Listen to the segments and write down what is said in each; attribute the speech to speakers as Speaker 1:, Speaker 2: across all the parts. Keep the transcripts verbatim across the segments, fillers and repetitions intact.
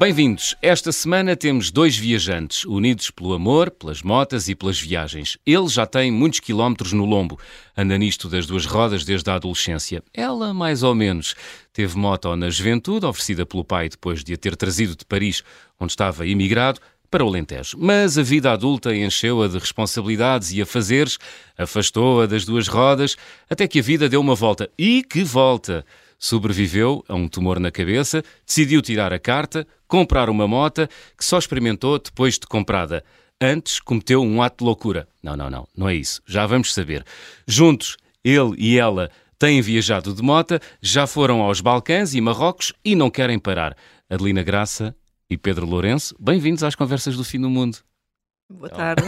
Speaker 1: Bem-vindos. Esta semana temos dois viajantes, unidos pelo amor, pelas motas e pelas viagens. Ele já tem muitos quilómetros no lombo. Anda nisto das duas rodas desde a adolescência. Ela, mais ou menos. Teve moto na juventude, oferecida pelo pai depois de a ter trazido de Paris, onde estava imigrado, para o Alentejo. Mas a vida adulta encheu-a de responsabilidades e afazeres, afastou-a das duas rodas, até que a vida deu uma volta. E que volta! Sobreviveu a um tumor na cabeça, decidiu tirar a carta, comprar uma moto que só experimentou depois de comprada. Antes cometeu um ato de loucura. Não, não, não, não é isso. Já vamos saber. Juntos, ele e ela têm viajado de moto, já foram aos Balcãs e Marrocos e não querem parar. Adelina Graça e Pedro Lourenço, bem-vindos às Conversas do Fim do Mundo.
Speaker 2: Boa tarde.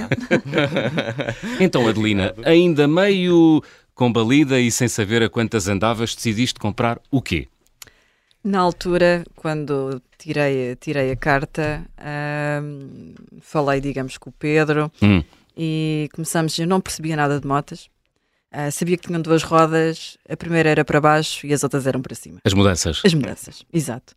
Speaker 1: Então, Adelina, ainda meio combalida e sem saber a quantas andavas, decidiste comprar o quê?
Speaker 2: Na altura, quando tirei, tirei a carta, hum, falei, digamos, com o Pedro
Speaker 1: Hum.
Speaker 2: e começamos, eu não percebia nada de motas, uh, sabia que tinham duas rodas, a primeira era para baixo e as outras eram para cima.
Speaker 1: As mudanças.
Speaker 2: As mudanças, exato.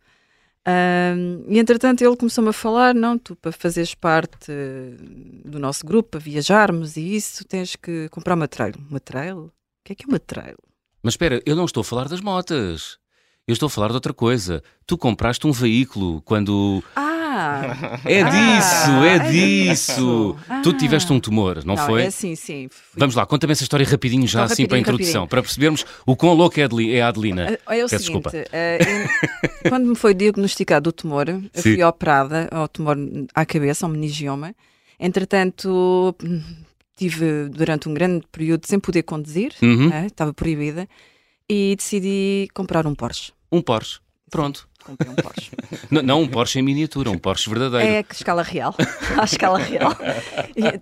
Speaker 2: Um, e entretanto ele começou-me a falar, não, tu para fazeres parte do nosso grupo, para viajarmos e isso, tens que comprar uma trail. Uma trail? O que é que é uma trail?
Speaker 1: Mas espera, eu não estou a falar das motas. Eu estou a falar de outra coisa. Tu compraste um veículo quando...
Speaker 2: Ah!
Speaker 1: É
Speaker 2: ah,
Speaker 1: disso, é,
Speaker 2: é
Speaker 1: disso.
Speaker 2: Ah.
Speaker 1: Tu tiveste um tumor, não,
Speaker 2: Não,
Speaker 1: foi?
Speaker 2: é assim, sim. Fui...
Speaker 1: Vamos lá, conta-me essa história rapidinho já,
Speaker 2: Então,
Speaker 1: assim, para a
Speaker 2: rapidinho,
Speaker 1: introdução,
Speaker 2: rapidinho.
Speaker 1: para percebermos o quão louco é a Adeli- é a Adelina.
Speaker 2: Ah, é o
Speaker 1: Peço
Speaker 2: seguinte,
Speaker 1: desculpa.
Speaker 2: ah, eu- quando me foi diagnosticado o tumor, eu
Speaker 1: Sim.
Speaker 2: fui operada ao tumor à cabeça, ao meningioma. Entretanto, tive durante um grande período sem poder conduzir,
Speaker 1: Uhum.
Speaker 2: ah, estava proibida, e decidi comprar um Porsche.
Speaker 1: Um Porsche. Pronto.
Speaker 2: Comprei um Porsche.
Speaker 1: N- não um Porsche em miniatura, um Porsche verdadeiro.
Speaker 2: É a escala real, à escala real. E,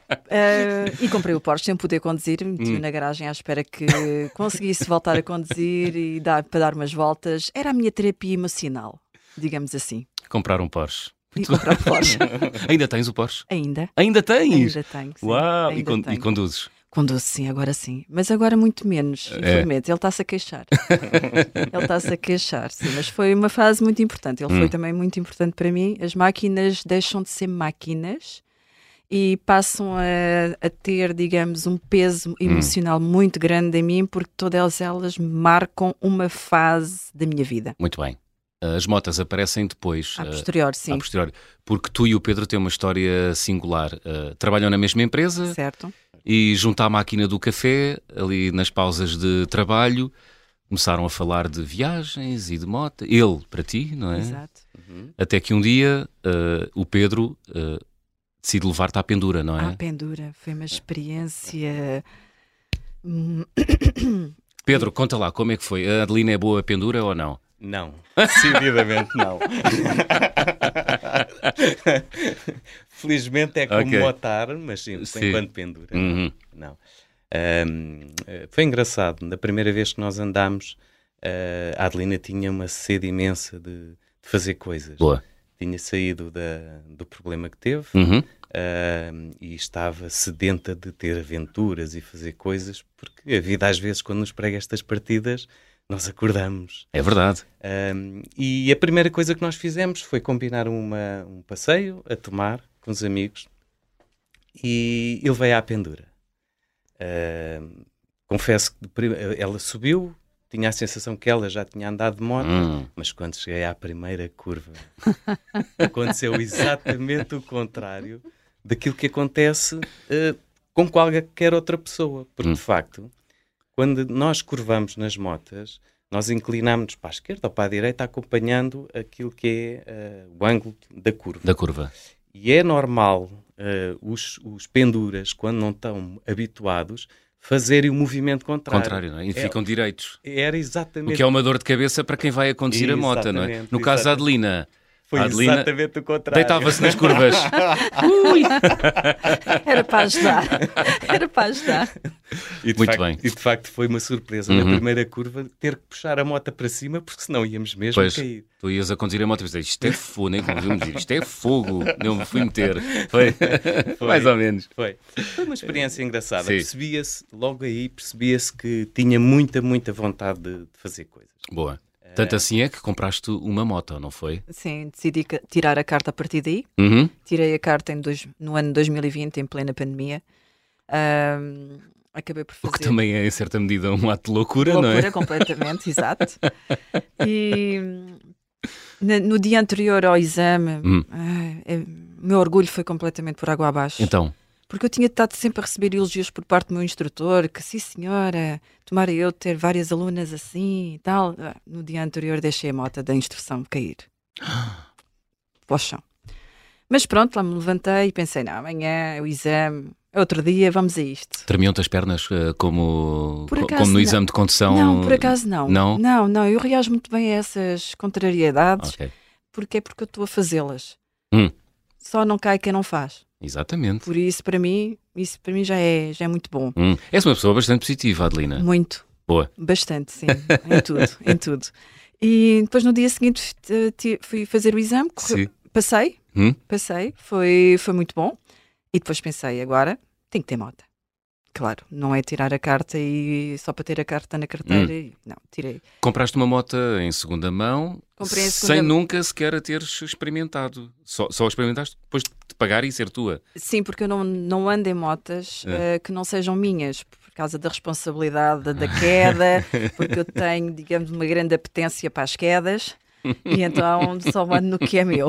Speaker 2: eh, e comprei o Porsche sem poder conduzir, meti-o
Speaker 1: Hum.
Speaker 2: na garagem à espera que conseguisse voltar a conduzir e dar, para dar umas voltas. Era a minha terapia emocional, digamos assim.
Speaker 1: Comprar um Porsche.
Speaker 2: E comprar o Porsche.
Speaker 1: Ainda tens o Porsche?
Speaker 2: Ainda.
Speaker 1: Ainda tens?
Speaker 2: Ainda tenho. Sim.
Speaker 1: Uau! E,
Speaker 2: Ainda
Speaker 1: con- e
Speaker 2: tenho.
Speaker 1: conduzes?
Speaker 2: Conduzo, sim, agora sim. Mas agora muito menos,
Speaker 1: É.
Speaker 2: infelizmente. Ele está-se a queixar. Ele está-se a queixar, sim. Mas foi uma fase muito importante. Ele
Speaker 1: Hum.
Speaker 2: foi também muito importante para mim. As máquinas deixam de ser máquinas e passam a, a ter, digamos, um peso emocional muito grande em mim, porque todas elas marcam uma fase da minha vida.
Speaker 1: Muito bem. As motas aparecem depois.
Speaker 2: A
Speaker 1: eh,
Speaker 2: posterior, sim.
Speaker 1: A posteriori. Porque tu e o Pedro têm uma história singular. Eh, trabalham na mesma empresa
Speaker 2: Certo?
Speaker 1: e, junto à máquina do café, ali nas pausas de trabalho, começaram a falar de viagens e de moto. Ele para ti, não é?
Speaker 2: Exato.
Speaker 1: Até que um dia eh, o Pedro eh, decide levar-te à pendura, não é?
Speaker 2: A pendura foi uma experiência... hum,
Speaker 1: Pedro, conta lá, como é que foi? A Adelina é boa a pendura ou não?
Speaker 3: Não, decididamente não. Felizmente é como
Speaker 1: Ok.
Speaker 3: motar, mas sim,
Speaker 1: Sim.
Speaker 3: enquanto pendura.
Speaker 1: Uhum.
Speaker 3: Não. Ahm, eh, foi engraçado. Na primeira vez que nós andámos, eh, a Adelina tinha uma sede imensa de, de fazer coisas.
Speaker 1: Boa.
Speaker 3: Tinha saído da, do problema que teve
Speaker 1: Uhum.
Speaker 3: ahm, e estava sedenta de ter aventuras e fazer coisas, porque a vida às vezes, quando nos prega estas partidas, nós acordamos.
Speaker 1: É verdade.
Speaker 3: Um, e a primeira coisa que nós fizemos foi combinar uma, um passeio a tomar com os amigos e ele veio à pendura. Um, confesso que de prim- ela subiu, tinha a sensação que ela já tinha andado de moto,
Speaker 1: Hum.
Speaker 3: mas quando cheguei à primeira curva aconteceu exatamente o contrário daquilo que acontece uh, com qualquer outra pessoa. Porque
Speaker 1: Hum.
Speaker 3: de facto, quando nós curvamos nas motas, nós inclinamos-nos para a esquerda ou para a direita acompanhando aquilo que é uh, o ângulo da curva.
Speaker 1: Da curva.
Speaker 3: E é normal uh, os, os penduras, quando não estão habituados, fazerem o movimento contrário.
Speaker 1: Contrário, não é? E
Speaker 3: É-
Speaker 1: ficam direitos.
Speaker 3: Era
Speaker 1: O
Speaker 3: exatamente...
Speaker 1: que é uma dor de cabeça para quem vai a conduzir a moto, não é?
Speaker 3: Exatamente,
Speaker 1: No caso da
Speaker 3: exatamente.
Speaker 1: Adelina,
Speaker 3: Foi
Speaker 1: a Adelina
Speaker 3: exatamente o contrário.
Speaker 1: deitava-se nas curvas.
Speaker 2: Era para ajudar. Era para ajudar.
Speaker 3: E de
Speaker 1: Muito
Speaker 3: facto,
Speaker 1: bem.
Speaker 3: E de facto foi uma surpresa
Speaker 1: Uhum.
Speaker 3: na primeira curva ter que puxar a moto para cima, porque senão íamos mesmo
Speaker 1: Pois,
Speaker 3: cair.
Speaker 1: tu ias a conduzir a moto e dizer, isto é fogo, nem como vimos dizer, isto é fogo, não me fui meter. Foi,
Speaker 3: Foi.
Speaker 1: mais ou menos.
Speaker 3: Foi. Foi uma experiência engraçada.
Speaker 1: Sim.
Speaker 3: Percebia-se, logo aí, percebia-se que tinha muita, muita vontade de, de fazer coisas.
Speaker 1: Boa. Tanto assim é que compraste uma moto, não foi?
Speaker 2: Sim, decidi ca- tirar a carta a partir daí.
Speaker 1: Uhum.
Speaker 2: Tirei a carta em dois, no ano dois mil e vinte, em plena pandemia. Ahm, acabei por
Speaker 1: O
Speaker 2: fazer...
Speaker 1: que também é, em certa medida, um ato de loucura,
Speaker 2: loucura,
Speaker 1: não é?
Speaker 2: completamente, exato. E na- no dia anterior ao exame,
Speaker 1: Hum.
Speaker 2: ah, é- o meu orgulho foi completamente por água abaixo.
Speaker 1: Então,
Speaker 2: Porque eu tinha estado sempre a receber elogios por parte do meu instrutor, que sim senhora, tomara eu ter várias alunas assim e tal. Ah, No dia anterior deixei a moto da instrução cair. Para o chão. Mas pronto, lá me levantei e pensei, não, amanhã é o exame, é outro dia, vamos a isto.
Speaker 1: tremiam-te as pernas eh, como,
Speaker 2: Por
Speaker 1: co-
Speaker 2: acaso
Speaker 1: como no
Speaker 2: não.
Speaker 1: exame de condução?
Speaker 2: Não, por acaso não.
Speaker 1: Não?
Speaker 2: Não, não, eu reajo muito bem a essas contrariedades,
Speaker 1: Ok.
Speaker 2: porque é porque eu estou a fazê-las.
Speaker 1: Hum.
Speaker 2: Só não cai quem não faz.
Speaker 1: Exatamente.
Speaker 2: Por isso, para mim, isso para mim já é, já é muito bom.
Speaker 1: Hum. És uma pessoa bastante positiva, Adelina.
Speaker 2: Muito.
Speaker 1: Boa.
Speaker 2: Bastante, sim. Em tudo, em tudo. E depois no dia seguinte eh, ti- fui fazer o exame, correu-
Speaker 1: Sim.
Speaker 2: passei,
Speaker 1: Hum?
Speaker 2: passei, foi, foi muito bom. E depois pensei, agora tenho que ter moto. Claro, não é tirar a carta e só para ter a carta na carteira.
Speaker 1: Hum.
Speaker 2: e- Não, tirei.
Speaker 1: Compraste uma moto em segunda mão,
Speaker 2: Comprei em
Speaker 1: sem
Speaker 2: segunda-
Speaker 1: nunca sequer a teres experimentado. Só, só experimentaste depois de pagar e ser tua.
Speaker 2: Sim, porque eu não, não ando em motas
Speaker 1: É.
Speaker 2: eh, que não sejam minhas, por causa da responsabilidade da queda, porque eu tenho, digamos, uma grande apetência para as quedas. E então só ando no que é meu.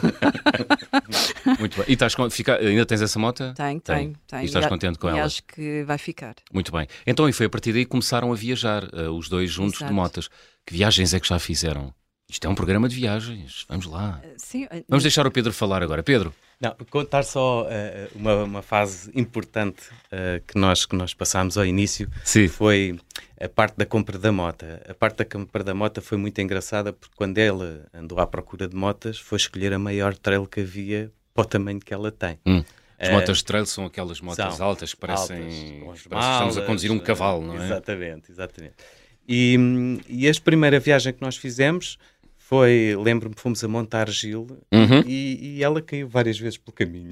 Speaker 1: Muito bem. E estás com, fica, ainda tens essa moto?
Speaker 2: Tenho,
Speaker 1: Tem.
Speaker 2: tenho, tenho.
Speaker 1: E estás
Speaker 2: a-
Speaker 1: contente com
Speaker 2: e
Speaker 1: ela?
Speaker 2: acho que vai ficar.
Speaker 1: Muito bem. Então, e foi a partir daí que começaram a viajar, eh, os dois juntos
Speaker 2: Exato.
Speaker 1: de motas. Que viagens é que já fizeram? Isto é um programa de viagens. Vamos lá.
Speaker 2: Eh, Sim, eh,
Speaker 1: Vamos deixar o Pedro falar agora. Pedro.
Speaker 3: Não, contar só uh, uma, uma fase importante uh, que, nós, que nós passámos ao início
Speaker 1: Sim.
Speaker 3: foi a parte da compra da moto. A parte da compra da moto foi muito engraçada porque quando ela andou à procura de motas foi escolher a maior trail que havia para o tamanho que ela tem.
Speaker 1: Hum. As
Speaker 3: Eh,
Speaker 1: motas de trail são aquelas motas
Speaker 3: são
Speaker 1: altas que parecem,
Speaker 3: altas, com as
Speaker 1: parece que estamos a
Speaker 3: malas,
Speaker 1: conduzir um
Speaker 3: eh,
Speaker 1: cavalo, não é?
Speaker 3: Exatamente, exatamente. E, hum, e a primeira viagem que nós fizemos foi, lembro-me, fomos a Montargil
Speaker 1: Uhum.
Speaker 3: e, e ela caiu várias vezes pelo caminho.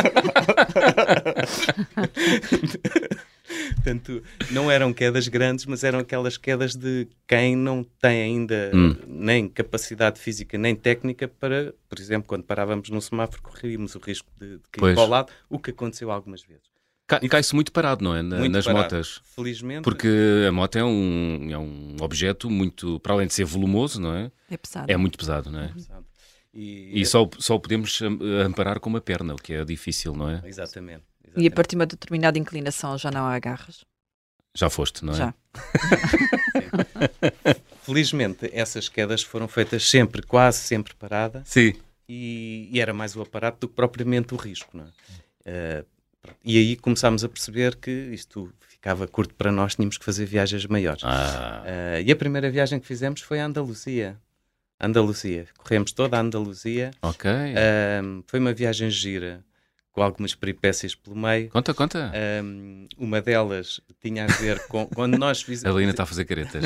Speaker 3: Portanto, não eram quedas grandes, mas eram aquelas quedas de quem não tem ainda
Speaker 1: Hum.
Speaker 3: nem capacidade física nem técnica para, por exemplo, quando parávamos num semáforo, corríamos o risco de, de cair
Speaker 1: Pois.
Speaker 3: para o lado, o que aconteceu algumas vezes.
Speaker 1: Ca- Cai-se muito parado, não é? Na-
Speaker 3: Muito
Speaker 1: nas
Speaker 3: parado.
Speaker 1: motas.
Speaker 3: Felizmente,
Speaker 1: Porque a moto é um, é um objeto muito, para além de ser volumoso, não é?
Speaker 2: é pesado.
Speaker 1: É muito pesado, não é?
Speaker 3: e,
Speaker 1: E só, só o podemos am- amparar com uma perna, o que é difícil, não é?
Speaker 3: exatamente,
Speaker 2: E a
Speaker 3: exatamente.
Speaker 2: partir de uma determinada inclinação já não há agarras.
Speaker 1: Já foste, não é?
Speaker 2: Já.
Speaker 3: Felizmente, essas quedas foram feitas sempre, quase sempre parada,
Speaker 1: Sim.
Speaker 3: e, e era mais o aparato do que propriamente o risco, não é? Eh, pronto. E aí começámos a perceber que isto ficava curto para nós, tínhamos que fazer viagens maiores.
Speaker 1: Ah,
Speaker 3: Eh, e a primeira viagem que fizemos foi a Andaluzia. Andaluzia. Corremos toda a Andaluzia.
Speaker 1: ok.
Speaker 3: Eh, foi uma viagem gira, com algumas peripécias pelo meio.
Speaker 1: Conta, conta.
Speaker 3: Um, uma delas tinha a ver com quando nós
Speaker 1: A
Speaker 3: fizemos.
Speaker 1: Adelina está a fazer caretas.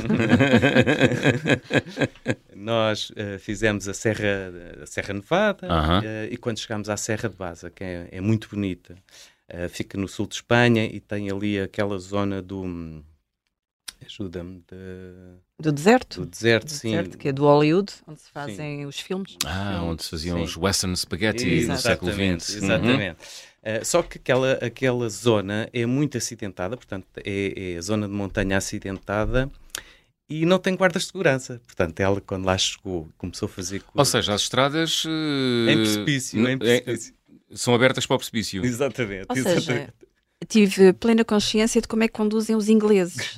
Speaker 3: Nós uh, fizemos a Serra, a Serra Nevada
Speaker 1: Aham.
Speaker 3: uh, e quando chegámos à Serra de Baza, que é, é muito bonita, uh, fica no sul de Espanha e tem ali aquela zona do. hum, Ajuda-me, de-
Speaker 2: Do deserto.
Speaker 3: do deserto,
Speaker 2: Do
Speaker 3: sim.
Speaker 2: deserto, que é do Hollywood, onde se fazem os filmes.
Speaker 1: Ah, onde se faziam
Speaker 3: Sim.
Speaker 1: os western spaghetti no século vinte. Uhum.
Speaker 3: Exatamente. Uh, só que aquela, aquela zona é muito acidentada, portanto, é, é a zona de montanha acidentada e não tem guardas de segurança. Portanto, ela, quando lá chegou, começou a fazer.
Speaker 1: Ou seja, as estradas eh,
Speaker 3: em precipício,
Speaker 1: n-
Speaker 3: em precipício.
Speaker 1: é- são abertas para o precipício.
Speaker 3: Exatamente.
Speaker 2: Ou
Speaker 3: exatamente.
Speaker 2: seja, tive plena consciência de como é que conduzem os ingleses.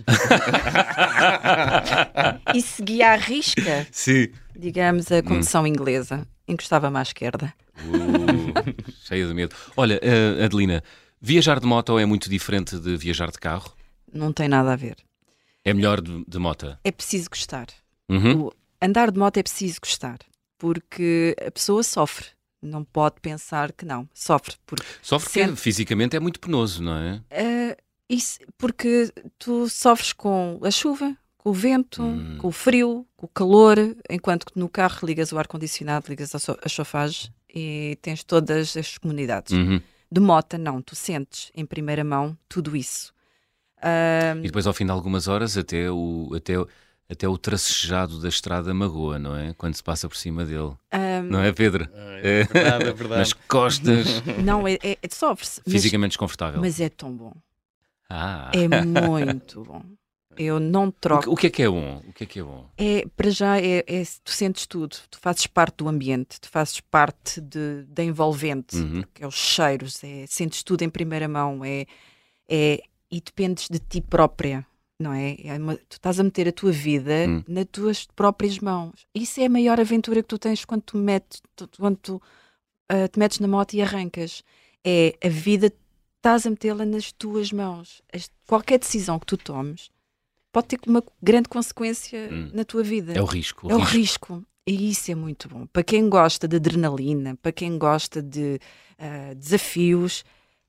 Speaker 2: E seguia à risca,
Speaker 1: Sim.
Speaker 2: digamos, a condução inglesa. Encostava-me à esquerda.
Speaker 1: Uh, cheia de medo. Olha, eh, Adelina, viajar de moto é muito diferente de viajar de carro?
Speaker 2: Não tem nada a ver.
Speaker 1: É melhor de, de moto?
Speaker 2: É preciso gostar.
Speaker 1: Uhum.
Speaker 2: O andar de moto é preciso gostar. Porque a pessoa sofre. Não pode pensar que não. Sofre. Porque,
Speaker 1: Sofre porque
Speaker 2: Sente-
Speaker 1: fisicamente é muito penoso, não é?
Speaker 2: eh, isso, porque tu sofres com a chuva, com o vento,
Speaker 1: Hum.
Speaker 2: com o frio, com o calor, enquanto que no carro ligas o ar-condicionado, ligas a, so a chofagem e tens todas as comunidades.
Speaker 1: Uhum.
Speaker 2: De moto, não. Tu sentes em primeira mão tudo isso. Ah,
Speaker 1: E depois, ao fim de algumas horas, até, o, até até o tracejado da estrada magoa, não é? Quando se passa por cima dele.
Speaker 2: Um,
Speaker 1: não é, Pedro?
Speaker 3: É verdade, é verdade.
Speaker 1: Nas costas.
Speaker 2: Não, é, é, sofre-se.
Speaker 1: Fisicamente desconfortável.
Speaker 2: Mas é tão bom.
Speaker 1: Ah.
Speaker 2: É muito bom. Eu não troco.
Speaker 1: O que, o que é que é bom? O que é que é bom?
Speaker 2: É, para já, é, é, tu sentes tudo. Tu fazes parte do ambiente, tu fazes parte de, da envolvente,
Speaker 1: Uhum.
Speaker 2: porque é os cheiros, é, sentes tudo em primeira mão, é, é, e dependes de ti própria, não é? É uma- tu estás a meter a tua vida
Speaker 1: Hum.
Speaker 2: nas tuas próprias mãos. Isso é a maior aventura que tu tens quando tu, metes, tu- quando tu ah, te metes na moto e arrancas. É a vida, estás a metê-la nas tuas mãos. As- qualquer decisão que tu tomes pode ter uma grande consequência
Speaker 1: Hum.
Speaker 2: na tua vida.
Speaker 1: É o risco.
Speaker 2: É o risco. E isso é muito bom. Para quem gosta de adrenalina, para quem gosta de ah, desafios,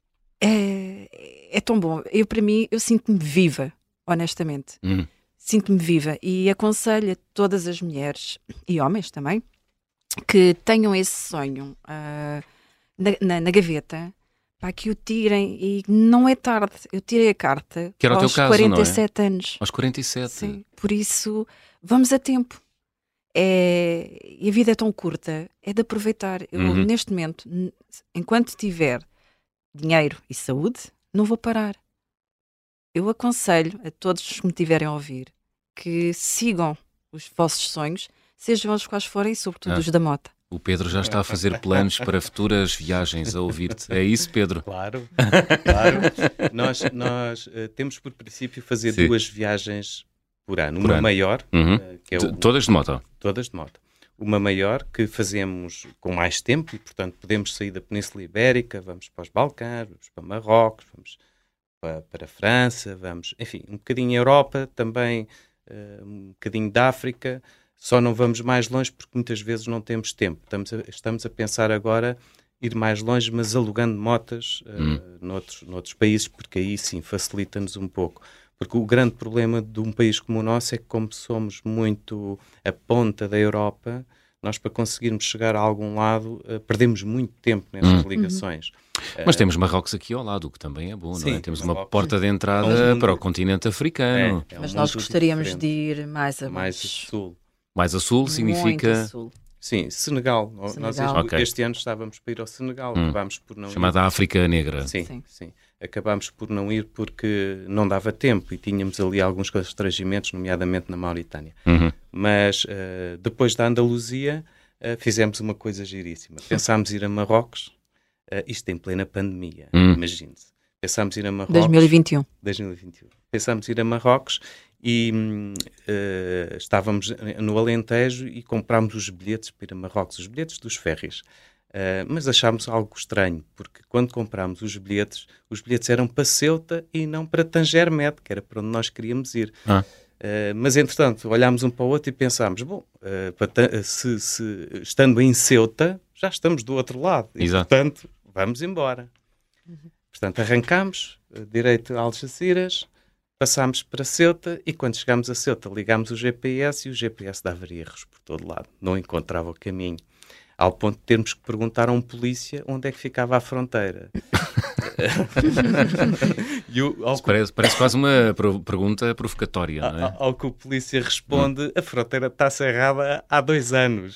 Speaker 2: é, é tão bom. Eu, para mim, eu sinto-me viva, honestamente.
Speaker 1: Hum.
Speaker 2: Sinto-me viva e aconselho a todas as mulheres e homens também que tenham esse sonho ah, na, na- na gaveta, para que o tirem. E não é tarde. Eu tirei a carta
Speaker 1: Que era o teu
Speaker 2: aos
Speaker 1: caso,
Speaker 2: quarenta
Speaker 1: não é?
Speaker 2: e sete anos.
Speaker 1: Aos quarenta e sete.
Speaker 2: Sim, por isso vamos a tempo. É, e a vida é tão curta, é de aproveitar. Eu,
Speaker 1: Uhum.
Speaker 2: neste momento, n- enquanto tiver dinheiro e saúde, não vou parar. Eu aconselho a todos os que me tiverem a ouvir que sigam os vossos sonhos, sejam os quais forem, sobretudo
Speaker 1: Ah.
Speaker 2: os da moto.
Speaker 1: O Pedro já está a fazer planos para futuras viagens a ouvir-te. É isso, Pedro?
Speaker 3: Claro, claro. Nós, nós eh, temos por princípio fazer
Speaker 1: Sim.
Speaker 3: duas viagens por ano.
Speaker 1: Por
Speaker 3: Uma
Speaker 1: ano.
Speaker 3: maior,
Speaker 1: Uhum.
Speaker 3: eh, que é
Speaker 1: T-
Speaker 3: o,
Speaker 1: Todas de moto.
Speaker 3: todas de moto. Uma maior que fazemos com mais tempo e, portanto, podemos sair da Península Ibérica, vamos para os Balcãs, vamos para Marrocos, vamos para, para a França, vamos, enfim, um bocadinho Europa, também eh, um bocadinho da África. Só não vamos mais longe porque muitas vezes não temos tempo. Estamos a, estamos a pensar agora ir mais longe, mas alugando motas uh,
Speaker 1: Hum.
Speaker 3: noutros, noutros países, porque aí sim facilita-nos um pouco. Porque o grande problema de um país como o nosso é que, como somos muito a ponta da Europa, nós para conseguirmos chegar a algum lado uh, perdemos muito tempo nessas
Speaker 1: Hum.
Speaker 3: ligações.
Speaker 1: Mas temos Marrocos aqui ao lado, o que também é bom, não é?
Speaker 3: Sim,
Speaker 1: Temos uma
Speaker 3: Marrocos.
Speaker 1: porta de
Speaker 3: É um
Speaker 1: entrada
Speaker 3: mundo-
Speaker 1: para o continente africano.
Speaker 3: É, é um
Speaker 2: Mas nós
Speaker 3: mundo
Speaker 2: gostaríamos
Speaker 3: diferente.
Speaker 2: de ir mais a
Speaker 3: mais a sul.
Speaker 1: Mais a sul
Speaker 2: Muito
Speaker 1: significa
Speaker 2: a sul.
Speaker 3: Sim, Senegal. Nós
Speaker 2: Senegal.
Speaker 3: este,
Speaker 1: Ok.
Speaker 3: este ano estávamos para ir ao Senegal,
Speaker 1: Hum.
Speaker 3: acabámos por não ir.
Speaker 1: chamada África Negra.
Speaker 3: Sim,
Speaker 2: Sim.
Speaker 3: sim, Acabámos por não ir porque não dava tempo e tínhamos ali alguns constrangimentos, nomeadamente na Mauritânia.
Speaker 1: Uhum.
Speaker 3: Mas eh, depois da Andaluzia eh, fizemos uma coisa giríssima. Pensámos ir a Marrocos, eh, isto em plena pandemia,
Speaker 1: Hum.
Speaker 3: imagine-se. Pensámos ir a Marrocos...
Speaker 2: dois mil e vinte e um.
Speaker 3: dois mil e vinte e um. Pensámos ir a Marrocos e hum, eh, estávamos no Alentejo e comprámos os bilhetes para ir a Marrocos, os bilhetes dos ferries. Eh, mas achámos algo estranho, porque quando comprámos os bilhetes, os bilhetes eram para Ceuta e não para Tanger Med, que era para onde nós queríamos ir.
Speaker 1: Ah.
Speaker 3: Eh, mas, entretanto, olhámos um para o outro e pensámos, bom, eh, para Ta- se, se- estando em Ceuta, já estamos do outro lado. E,
Speaker 1: Exato.
Speaker 3: portanto, vamos embora. Portanto, arrancámos eh, direito a Algeciras, passámos para Ceuta e quando chegámos a Ceuta ligámos o G P S e o G P S dava erros por todo lado. Não encontrava o caminho. Ao ponto de termos que perguntar a um polícia onde é que ficava a fronteira. e o, ao,
Speaker 1: Isso Parece, parece quase uma pro- pergunta provocatória, não é?
Speaker 3: ao, ao que o polícia responde, a fronteira está cerrada há dois anos.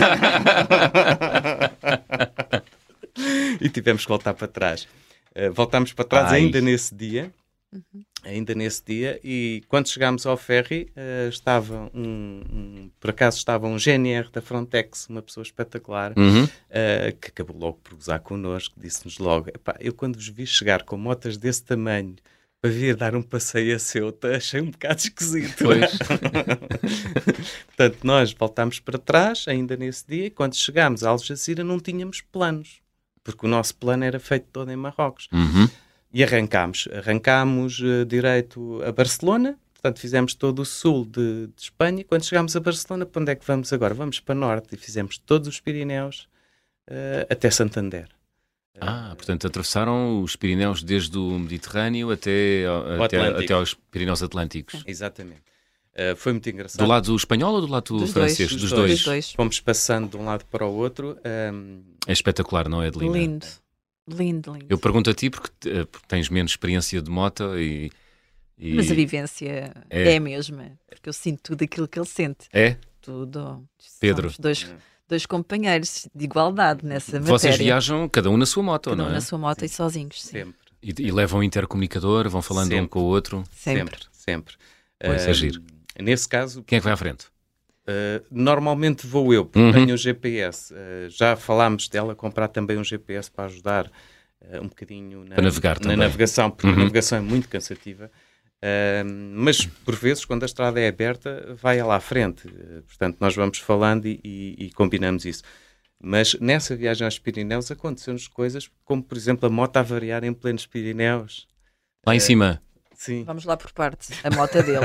Speaker 3: E tivemos que voltar para trás. Uh, voltámos para trás
Speaker 1: Ai.
Speaker 3: ainda nesse dia. Ainda nesse dia. E quando chegámos ao ferry, uh, estava um, um... Por acaso estava um G N R da Frontex, uma pessoa espetacular,
Speaker 1: Uhum.
Speaker 3: uh, que acabou logo por gozar connosco. Disse-nos logo, epá, eu quando vos vi chegar com motas desse tamanho para vir dar um passeio a Ceuta, achei um bocado esquisito.
Speaker 1: Pois.
Speaker 3: Portanto, nós voltámos para trás, ainda nesse dia, e quando chegámos a Algeciras não tínhamos planos, porque o nosso plano era feito todo em Marrocos.
Speaker 1: Uhum.
Speaker 3: E arrancámos. Arrancámos uh, direito a Barcelona, portanto fizemos todo o sul de, de Espanha. Quando chegámos a Barcelona, para onde é que vamos agora? Vamos para norte e fizemos todos os Pirineus uh, até Santander.
Speaker 1: Ah, portanto, atravessaram os Pirineus desde o Mediterrâneo até, ao- até,
Speaker 3: Atlântico.
Speaker 1: até aos Pirineus Atlânticos.
Speaker 3: Exatamente. Uh, foi muito engraçado.
Speaker 1: Do lado espanhol ou do lado
Speaker 2: Dos
Speaker 1: francês?
Speaker 2: dois.
Speaker 1: Dos
Speaker 3: Dos
Speaker 1: dois.
Speaker 2: Dos dois.
Speaker 3: Fomos passando de um lado para o outro. um,
Speaker 1: É espetacular, não é, Adelina?
Speaker 2: Lindo. Lindo, lindo.
Speaker 1: Eu pergunto a ti porque, eh, porque tens menos experiência de moto e, E...
Speaker 2: Mas a vivência é. é a mesma, porque eu sinto tudo aquilo que ele sente.
Speaker 1: É?
Speaker 2: Tudo.
Speaker 1: Pedro.
Speaker 2: Somos dois, dois companheiros de igualdade nessa matéria.
Speaker 1: Vocês viajam cada um na sua moto,
Speaker 2: cada
Speaker 1: não
Speaker 2: um
Speaker 1: é?
Speaker 2: na sua moto
Speaker 3: sim.
Speaker 2: e sozinhos. Sim.
Speaker 3: Sempre.
Speaker 1: E, e levam um intercomunicador, vão falando
Speaker 3: sempre.
Speaker 1: um com o outro?
Speaker 2: Sempre.
Speaker 3: Sempre, sempre.
Speaker 1: Pois,
Speaker 3: uh,
Speaker 1: é giro.
Speaker 3: Nesse caso...
Speaker 1: Quem é que vai à frente?
Speaker 3: Uh, normalmente vou eu, porque
Speaker 1: uhum.
Speaker 3: tenho o G P S. Uh, já falámos dela comprar também um G P S para ajudar uh, um bocadinho na,
Speaker 1: para navegar
Speaker 3: na
Speaker 1: também.
Speaker 3: navegação, porque
Speaker 1: uhum.
Speaker 3: a navegação é muito cansativa. Uh, mas, por vezes, quando a estrada é aberta, vai ela à frente. Uh, portanto, nós vamos falando e, e, e combinamos isso. Mas nessa viagem aos Pirineus aconteceram-nos coisas, como, por exemplo, a moto a variar em plenos Pirineus.
Speaker 1: Lá em uh, cima?
Speaker 3: Sim.
Speaker 2: Vamos lá por partes. A moto dele.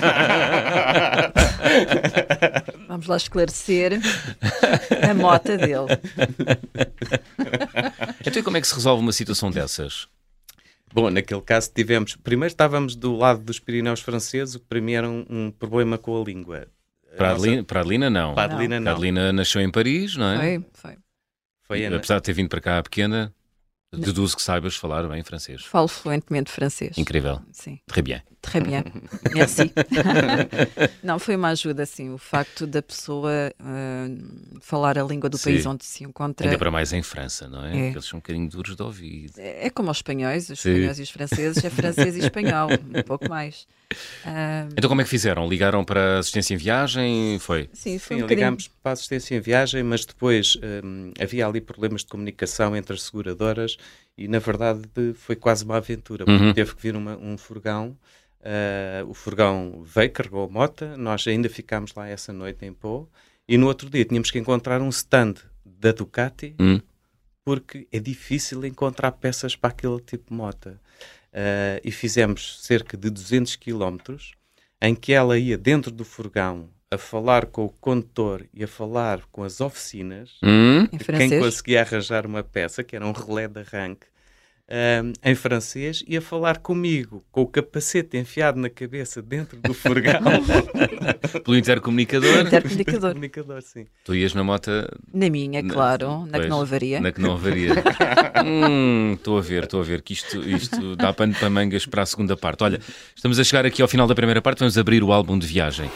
Speaker 2: Vamos lá esclarecer a moto dele.
Speaker 1: Então, e como é que se resolve uma situação dessas?
Speaker 3: Bom, naquele caso tivemos... Primeiro estávamos do lado dos Pirineus franceses, o que para mim era um, um problema com a língua. A
Speaker 1: para,
Speaker 3: nossa...
Speaker 1: Adelina, para a Adelina, não.
Speaker 3: Para a Adelina, não.
Speaker 1: A Adelina nasceu em Paris, não é?
Speaker 2: Foi, foi.
Speaker 3: foi
Speaker 1: e,
Speaker 3: Ana...
Speaker 1: apesar de ter vindo para cá pequena, deduzo que saibas falar bem francês.
Speaker 2: Falo fluentemente francês.
Speaker 1: Incrível.
Speaker 2: Sim.
Speaker 1: Très bien.
Speaker 2: Très bien. Merci. Não, foi uma ajuda, assim, o facto da pessoa uh, falar a língua do
Speaker 1: Sim.
Speaker 2: país onde se encontra.
Speaker 1: Ainda para mais em França, não é?
Speaker 2: É.
Speaker 1: Porque eles são um bocadinho duros de ouvir.
Speaker 2: É, é como os espanhóis, os
Speaker 1: Sim.
Speaker 2: espanhóis e os franceses, é francês e espanhol, um pouco mais. Uh,
Speaker 1: Então como é que fizeram? Ligaram para assistência em viagem? Foi?
Speaker 2: sim, foi
Speaker 3: Sim,
Speaker 2: um bocadinho...
Speaker 3: ligámos para a assistência em viagem, mas depois hum, havia ali problemas de comunicação entre as seguradoras e, na verdade, foi quase uma aventura, porque
Speaker 1: Uhum.
Speaker 3: teve que vir uma, um furgão. Uh, o furgão veio, carregou a moto, nós ainda ficámos lá essa noite em Pau, e no outro dia tínhamos que encontrar um stand da Ducati,
Speaker 1: Hum.
Speaker 3: porque é difícil encontrar peças para aquele tipo de moto. Uh, e fizemos cerca de duzentos quilómetros, em que ela ia dentro do furgão a falar com o condutor e a falar com as oficinas,
Speaker 1: Hum?
Speaker 2: Em
Speaker 3: de
Speaker 2: francês.
Speaker 3: quem conseguia arranjar uma peça, que era um relé de arranque, um, em francês, e a falar comigo, com o capacete enfiado na cabeça dentro do furgão.
Speaker 1: Pelo intercomunicador?
Speaker 2: Intercomunicador.
Speaker 3: Comunicador, sim.
Speaker 1: Tu ias na moto...
Speaker 2: Na minha,
Speaker 1: Na-
Speaker 2: claro, na
Speaker 1: pois,
Speaker 2: que não levaria.
Speaker 1: Na que não haveria. Hum, Estou a ver, estou a ver que isto, isto dá pano para mangas para a segunda parte. Olha, estamos a chegar aqui ao final da primeira parte, vamos abrir o álbum de viagem.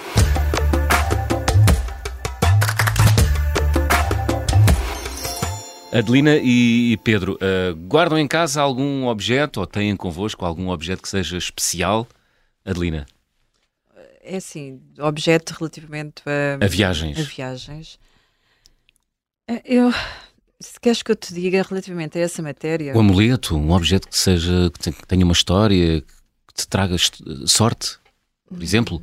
Speaker 1: Adelina e, e Pedro, uh, guardam em casa algum objeto ou têm convosco algum objeto que seja especial? Adelina,
Speaker 2: É assim, objeto relativamente a,
Speaker 1: a viagens.
Speaker 2: a viagens. Eh, Eu, se queres que eu te diga relativamente a essa matéria,
Speaker 1: Um amuleto, um objeto que seja que te- que tenha uma história, que te traga est- sorte, por exemplo.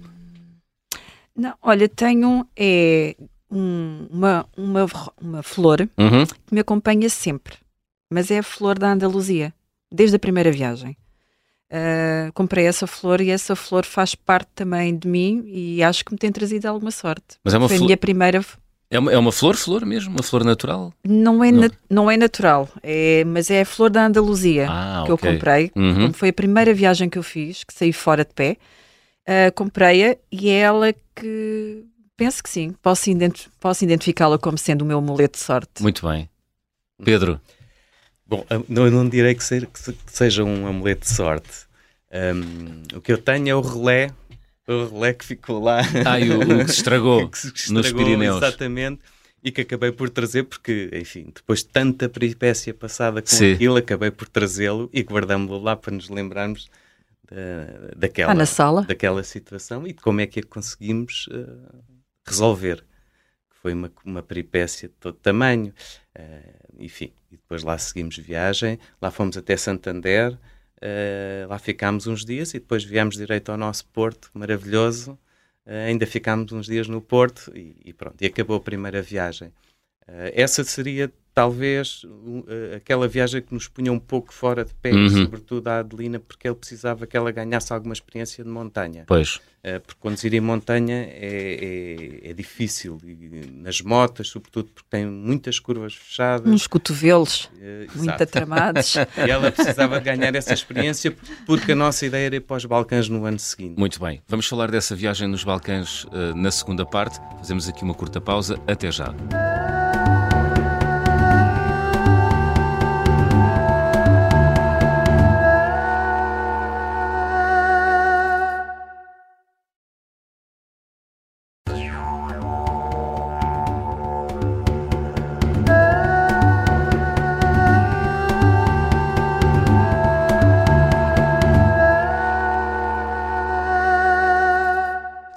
Speaker 2: não, olha, tenho é um- uma, uma, uma flor
Speaker 1: Uhum.
Speaker 2: que me acompanha sempre, mas é a flor da Andaluzia, desde a primeira viagem. Ah, comprei essa flor e essa flor faz parte também de mim e acho que me tem trazido alguma sorte.
Speaker 1: Mas é uma
Speaker 2: Foi a
Speaker 1: flor,
Speaker 2: minha primeira.
Speaker 1: é uma, é uma flor, flor mesmo, uma flor natural.
Speaker 2: Não é,
Speaker 1: Não.
Speaker 2: na- não é natural, é, mas é a flor da Andaluzia
Speaker 1: Ah,
Speaker 2: que
Speaker 1: ok.
Speaker 2: eu comprei.
Speaker 1: Uhum.
Speaker 2: Como foi a primeira viagem que eu fiz, que saí fora de pé, ah, comprei-a e é ela que penso que sim, posso, ident- posso identificá-la como sendo o meu amuleto de sorte.
Speaker 1: Muito bem. Pedro,
Speaker 3: Bom, am- não, não direi que, ser- que se- que seja um amuleto de sorte. Um, o que eu tenho é o relé, o relé que ficou lá.
Speaker 1: ah, e o, o que se estragou
Speaker 3: que se
Speaker 1: nos
Speaker 3: estragou,
Speaker 1: Pirineus.
Speaker 3: exatamente, e que acabei por trazer porque, enfim, depois de tanta peripécia passada com
Speaker 1: Sim.
Speaker 3: aquilo, acabei por trazê-lo e guardámo-lo lá para nos lembrarmos da, daquela,
Speaker 2: Ah, na sala?
Speaker 3: daquela situação e de como é que a conseguimos uh, resolver. Que foi uma, uma peripécia de todo tamanho. Uh, enfim, e depois lá seguimos viagem, lá fomos até Santander, uh, lá ficámos uns dias e depois viemos direito ao nosso Porto, maravilhoso. Uh, ainda ficámos uns dias no Porto e, e pronto, e acabou a primeira viagem. Uh, essa seria talvez uh, aquela viagem que nos punha um pouco fora de pé,
Speaker 1: Uhum.
Speaker 3: sobretudo a Adelina, porque ele precisava que ela ganhasse alguma experiência de montanha.
Speaker 1: Pois.
Speaker 3: Uh, porque conduzir em montanha é, é, é difícil, e nas motas, sobretudo porque tem muitas curvas fechadas.
Speaker 2: Uns cotovelos
Speaker 3: Uh,
Speaker 2: muito
Speaker 3: exato.
Speaker 2: atramados.
Speaker 3: E ela precisava de ganhar essa experiência porque a nossa ideia era ir para os Balcãs no ano seguinte.
Speaker 1: Muito bem. Vamos falar dessa viagem nos Balcãs uh, na segunda parte. Fazemos aqui uma curta pausa. Até já.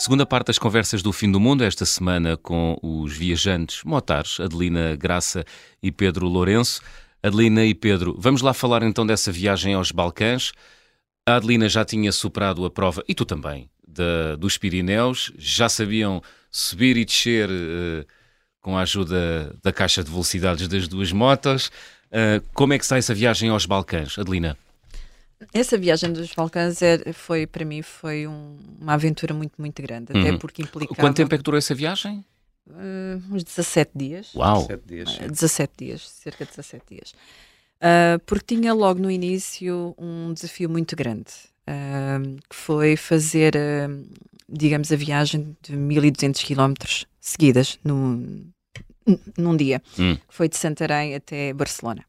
Speaker 1: segunda parte das conversas do Fim do Mundo, esta semana com os viajantes motares, Adelina Graça e Pedro Lourenço. Adelina e Pedro, vamos lá falar então dessa viagem aos Balcãs. A Adelina já tinha superado a prova, e tu também, da, dos Pirineus. Já sabiam subir e descer uh, com a ajuda da caixa de velocidades das duas motos. Uh, como é que está essa viagem aos Balcãs, Adelina?
Speaker 2: Essa viagem dos Balcãs é, foi, para mim, foi um, uma aventura muito, muito grande. Até
Speaker 1: Uhum.
Speaker 2: porque implicava...
Speaker 1: Quanto tempo é que durou essa viagem?
Speaker 2: Uh, uns dezassete dias.
Speaker 1: Uau!
Speaker 3: Sete dias, sim.
Speaker 2: Uh, dezassete dias, cerca de dezassete dias. Uh, porque tinha logo no início um desafio muito grande, uh, que foi fazer, uh, digamos, a viagem de mil e duzentos quilómetros seguidas num, num dia.
Speaker 1: Hum.
Speaker 2: Foi de Santarém até Barcelona.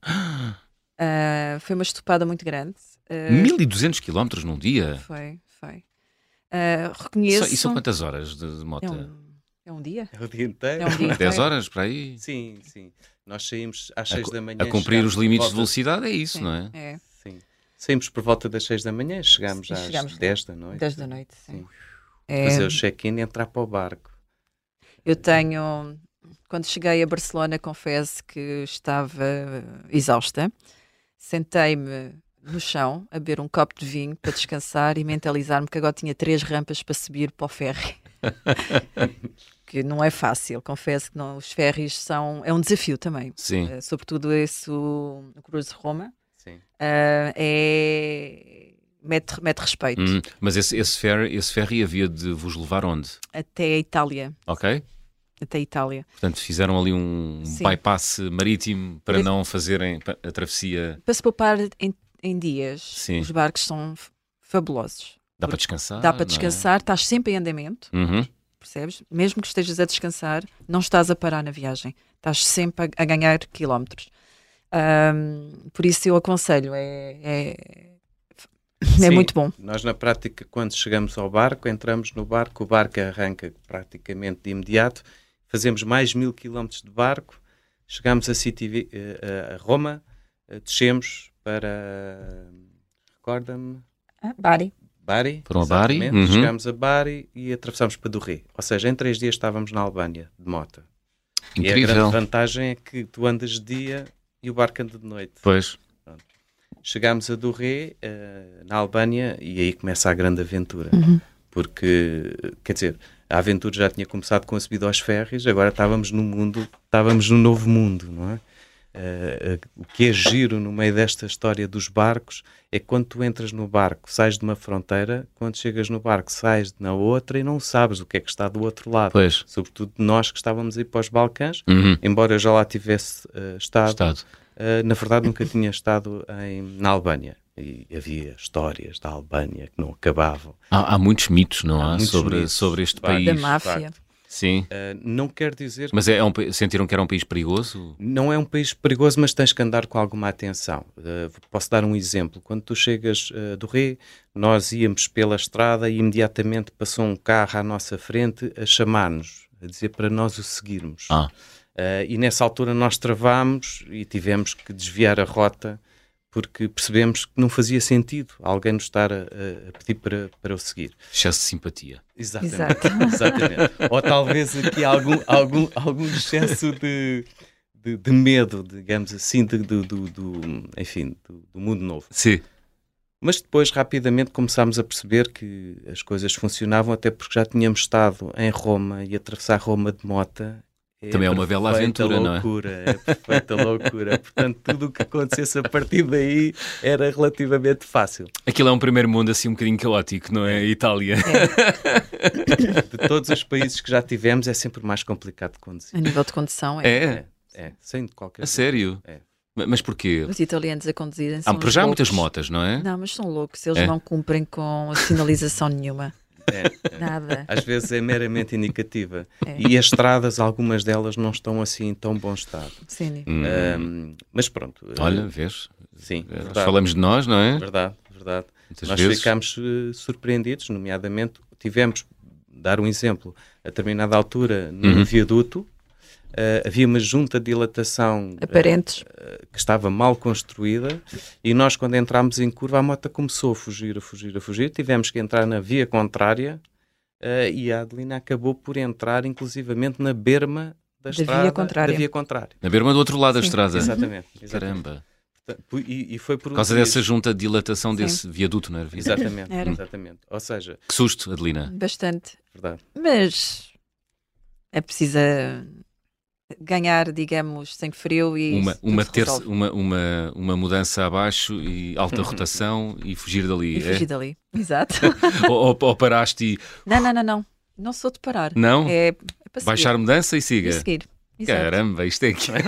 Speaker 2: Uh, foi uma estopada muito grande. Uh,
Speaker 1: mil e duzentos quilómetros num dia?
Speaker 2: Foi, foi. Uh, reconheço...
Speaker 1: Isso, e são quantas horas de, de moto?
Speaker 2: É um, é um dia?
Speaker 3: É o dia inteiro.
Speaker 2: É um dia
Speaker 1: dez
Speaker 2: inteiro.
Speaker 1: horas, para aí?
Speaker 3: Sim, sim. Nós saímos às
Speaker 1: A,
Speaker 3: seis
Speaker 1: co-
Speaker 3: da manhã.
Speaker 1: a cumprir
Speaker 3: chegámos
Speaker 1: os limites
Speaker 3: por
Speaker 1: de
Speaker 3: volta-
Speaker 1: velocidade é isso,
Speaker 2: Sim,
Speaker 1: não é?
Speaker 2: É,
Speaker 3: Sim. Saímos por volta das seis da manhã, chegámos
Speaker 2: E
Speaker 3: às
Speaker 2: chegámos
Speaker 3: dez da noite.
Speaker 2: dez da noite, sim.
Speaker 3: Sim.
Speaker 2: É,
Speaker 3: Fazer o check-in e entrar para o barco.
Speaker 2: eu tenho... Quando cheguei a Barcelona, confesso que estava exausta. Sentei-me no chão a beber um copo de vinho para descansar e mentalizar-me que agora tinha três rampas para subir para o ferry. Que não é fácil, confesso que não, os ferries são... É um desafio também.
Speaker 1: Sim.
Speaker 2: Uh, sobretudo esse, o, o Cruz de Roma.
Speaker 3: Sim.
Speaker 2: Uh, é... Mete, mete respeito.
Speaker 1: Hum, mas esse, esse, ferry, esse ferry havia de vos levar onde?
Speaker 2: Até a Itália.
Speaker 1: Ok?
Speaker 2: Até a Itália.
Speaker 1: Portanto, fizeram ali um
Speaker 2: Sim.
Speaker 1: bypass marítimo para
Speaker 2: Ele-
Speaker 1: não fazerem a travessia.
Speaker 2: Para se poupar em, em dias,
Speaker 1: Sim.
Speaker 2: os barcos são f- fabulosos.
Speaker 1: Dá para descansar?
Speaker 2: Dá para
Speaker 1: não é?
Speaker 2: descansar, estás sempre em andamento,
Speaker 1: Uhum.
Speaker 2: percebes? Mesmo que estejas a descansar, não estás a parar na viagem. Estás sempre a, a ganhar quilómetros. Ahm, por isso eu aconselho, é, é, é
Speaker 3: Sim.
Speaker 2: muito bom.
Speaker 3: Nós, na prática, quando chegamos ao barco, entramos no barco, o barco arranca praticamente de imediato, fazemos mais mil quilómetros de barco, chegamos a, City, a, a Roma, descemos para, recorda-me,
Speaker 2: Ah, Bari.
Speaker 3: Bari.
Speaker 1: Foram a Bari,
Speaker 3: exatamente.
Speaker 1: uhum.
Speaker 3: Chegámos a Bari e atravessámos para Durré. Ou seja, em três dias estávamos na Albânia, de moto. E a
Speaker 1: Incrível.
Speaker 3: grande vantagem é que tu andas de dia e o barco anda de noite.
Speaker 1: Pois.
Speaker 3: Chegámos a Durré, uh, na Albânia, e aí começa a grande aventura.
Speaker 2: Uhum.
Speaker 3: Porque, quer dizer, a aventura já tinha começado com a subida aos ferries, agora estávamos no mundo, estávamos no novo mundo, não é? Uh, uh, o que é giro no meio desta história dos barcos é que quando tu entras no barco, sais de uma fronteira, quando chegas no barco, sais na outra e não sabes o que é que está do outro lado.
Speaker 1: Pois.
Speaker 3: Sobretudo nós que estávamos a ir para os Balcãs,
Speaker 1: Uhum.
Speaker 3: embora eu já lá tivesse uh, estado,
Speaker 1: Estado.
Speaker 3: Uh, na verdade nunca tinha estado em, na Albânia. E havia histórias da Albânia que não acabavam.
Speaker 1: Há, há muitos mitos, não há?
Speaker 3: Há muitos
Speaker 1: sobre,
Speaker 3: mitos.
Speaker 1: sobre este
Speaker 3: Vários.
Speaker 1: país.
Speaker 2: Da máfia.
Speaker 3: facto.
Speaker 1: Sim.
Speaker 3: Uh, não quer dizer
Speaker 1: Mas é, é um, pa- sentiram que era um país perigoso?
Speaker 3: Não é um país perigoso, mas tens que andar com alguma atenção. Uh, posso dar um exemplo. Quando tu chegas uh, do Ré, nós íamos pela estrada e imediatamente passou um carro à nossa frente a chamar-nos, a dizer para nós o seguirmos.
Speaker 1: Ah.
Speaker 3: Uh, e nessa altura nós travámos e tivemos que desviar a rota porque percebemos que não fazia sentido alguém nos estar a, a pedir para, para o seguir.
Speaker 1: Excesso de simpatia.
Speaker 3: Exatamente.
Speaker 2: Exato.
Speaker 3: Exatamente. Ou talvez aqui algum, algum, algum excesso de, de, de medo, digamos assim, de, do, do, do, enfim, do, do mundo novo.
Speaker 1: Sim.
Speaker 3: Mas depois, rapidamente, começámos a perceber que as coisas funcionavam, até porque já tínhamos estado em Roma e atravessar Roma de mota. É
Speaker 1: Também é uma bela
Speaker 3: perfeita
Speaker 1: aventura, não é?
Speaker 3: loucura, é perfeita loucura. Portanto, tudo o que acontecesse a partir daí era relativamente fácil.
Speaker 1: Aquilo é um primeiro mundo assim um bocadinho caótico, não é? A Itália.
Speaker 3: De todos os países que já tivemos, é sempre mais complicado de conduzir.
Speaker 2: A nível de condução, é.
Speaker 1: É?
Speaker 3: É, é, sem qualquer
Speaker 1: A sério?
Speaker 3: É.
Speaker 1: Ma- Mas porquê?
Speaker 2: Os italianos a conduzirem
Speaker 1: Ah,
Speaker 2: são
Speaker 1: por já há
Speaker 2: loucos.
Speaker 1: muitas motas, não é?
Speaker 2: Não, mas são loucos. Eles
Speaker 1: É?
Speaker 2: não cumprem com a sinalização nenhuma.
Speaker 3: É, é.
Speaker 2: Nada.
Speaker 3: Às vezes é meramente indicativa.
Speaker 2: É.
Speaker 3: E as estradas, algumas delas não estão assim em tão bom estado.
Speaker 2: Sim.
Speaker 1: Hum,
Speaker 3: Ahm, mas pronto. eh,
Speaker 1: Olha, vês?
Speaker 3: sim,
Speaker 1: Nós
Speaker 3: verdade,
Speaker 1: falamos de nós, não é?
Speaker 3: verdade, verdade.
Speaker 1: Muitas
Speaker 3: Nós
Speaker 1: vezes.
Speaker 3: ficámos eh, surpreendidos, nomeadamente, tivemos, dar um exemplo, a determinada altura, no
Speaker 1: Uhum.
Speaker 3: viaduto, eh, havia uma junta de dilatação eh,
Speaker 2: Aparentes.
Speaker 3: que estava mal construída e nós, quando entrámos em curva, a moto começou a fugir, a fugir, a fugir. Tivemos que entrar na via contrária uh, e a Adelina acabou por entrar inclusivamente na berma da,
Speaker 2: Da
Speaker 3: estrada,
Speaker 2: via contrária.
Speaker 3: da via contrária.
Speaker 1: Na berma do outro lado da
Speaker 2: Sim.
Speaker 1: estrada.
Speaker 3: Exatamente. exatamente.
Speaker 1: Caramba.
Speaker 3: Portanto, E, e foi por,
Speaker 1: Por causa
Speaker 3: por
Speaker 1: dessa
Speaker 3: isso.
Speaker 1: junta de dilatação
Speaker 2: Sim.
Speaker 1: desse viaduto, não era?
Speaker 3: Exatamente,
Speaker 2: Era.
Speaker 3: exatamente. Ou seja,
Speaker 1: Que susto, Adelina.
Speaker 2: Bastante.
Speaker 3: verdade.
Speaker 2: Mas é preciso eh, ganhar, digamos, sangue frio e
Speaker 1: Uma,
Speaker 2: tudo
Speaker 1: uma,
Speaker 2: se
Speaker 1: terça,
Speaker 2: resolve.
Speaker 1: uma, uma, uma mudança abaixo e alta rotação e fugir dali.
Speaker 2: E
Speaker 1: é?
Speaker 2: fugir dali. Exato.
Speaker 1: ou, ou, ou paraste e
Speaker 2: Não, não, não, não. Não sou de parar.
Speaker 1: não?
Speaker 2: É, é para
Speaker 1: Baixar
Speaker 2: seguir.
Speaker 1: mudança e
Speaker 2: E
Speaker 1: siga.
Speaker 2: seguir. Exato.
Speaker 1: Caramba, isto é que.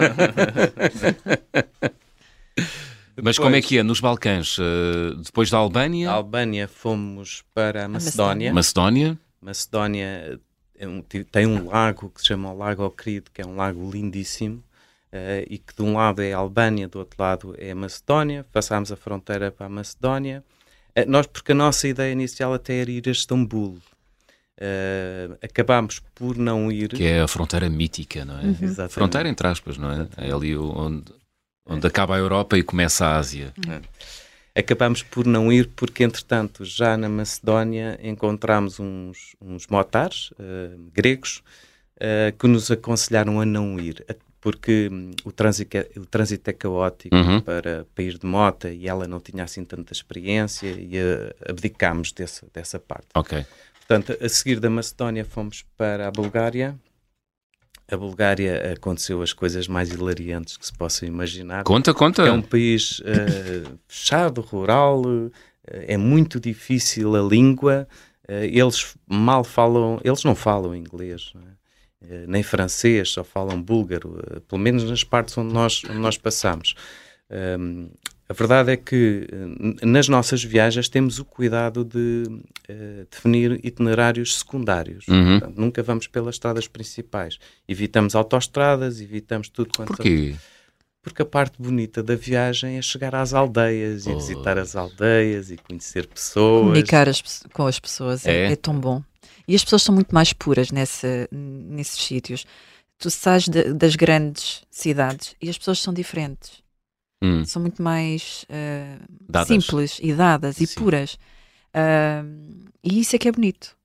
Speaker 1: Mas como é que é nos Balcãs? Uh, depois da Albânia,
Speaker 3: Da Albânia fomos para a Macedónia.
Speaker 1: Macedónia,
Speaker 3: Macedónia é um- tem um lago que se chama o Lago Ohrid, que é um lago lindíssimo, eh, e que de um lado é a Albânia, do outro lado é a Macedónia. Passámos a fronteira para a Macedónia. Eh, nós, porque a nossa ideia inicial até era ir a Istambul. Eh, acabámos por não ir.
Speaker 1: que é a fronteira mítica, não é?
Speaker 3: Exatamente.
Speaker 1: Fronteira entre aspas, não é? É ali onde, onde acaba a Europa e começa a Ásia.
Speaker 3: Acabámos por não ir porque, entretanto, já na Macedónia encontramos uns, uns motares eh, gregos eh, que nos aconselharam a não ir, a- porque hum, o, trânsito é, o trânsito é caótico
Speaker 1: Uhum.
Speaker 3: para, para ir de mota e ela não tinha assim tanta experiência e eh, abdicámos dessa, dessa parte.
Speaker 1: Ok.
Speaker 3: Portanto, a seguir da Macedónia fomos para a Bulgária. A Bulgária aconteceu as coisas mais hilariantes que se possam imaginar.
Speaker 1: Conta, conta.
Speaker 3: É um país eh, fechado, rural, eh, é muito difícil a língua, eh, eles mal falam, eles não falam inglês, não é? Eh, nem francês, só falam búlgaro, eh, pelo menos nas partes onde nós, onde nós passamos. Um, a verdade é que eh, nas nossas viagens temos o cuidado de eh, definir itinerários secundários.
Speaker 1: Uhum.
Speaker 3: Portanto, nunca vamos pelas estradas principais. Evitamos autoestradas, evitamos tudo quanto...
Speaker 1: Porquê?
Speaker 3: Porque a parte bonita da viagem é chegar às aldeias e
Speaker 1: Oh.
Speaker 3: visitar as aldeias e conhecer pessoas.
Speaker 2: Comunicar as pe- com as pessoas é,
Speaker 1: É?
Speaker 2: é tão bom. E as pessoas são muito mais puras nessa, nesses sítios. Tu sais de- das grandes cidades e as pessoas são diferentes.
Speaker 1: Hum,
Speaker 2: São muito mais eh,
Speaker 1: Dadas.
Speaker 2: simples e dadas e
Speaker 1: Sim.
Speaker 2: puras. Ah, e isso é que é bonito.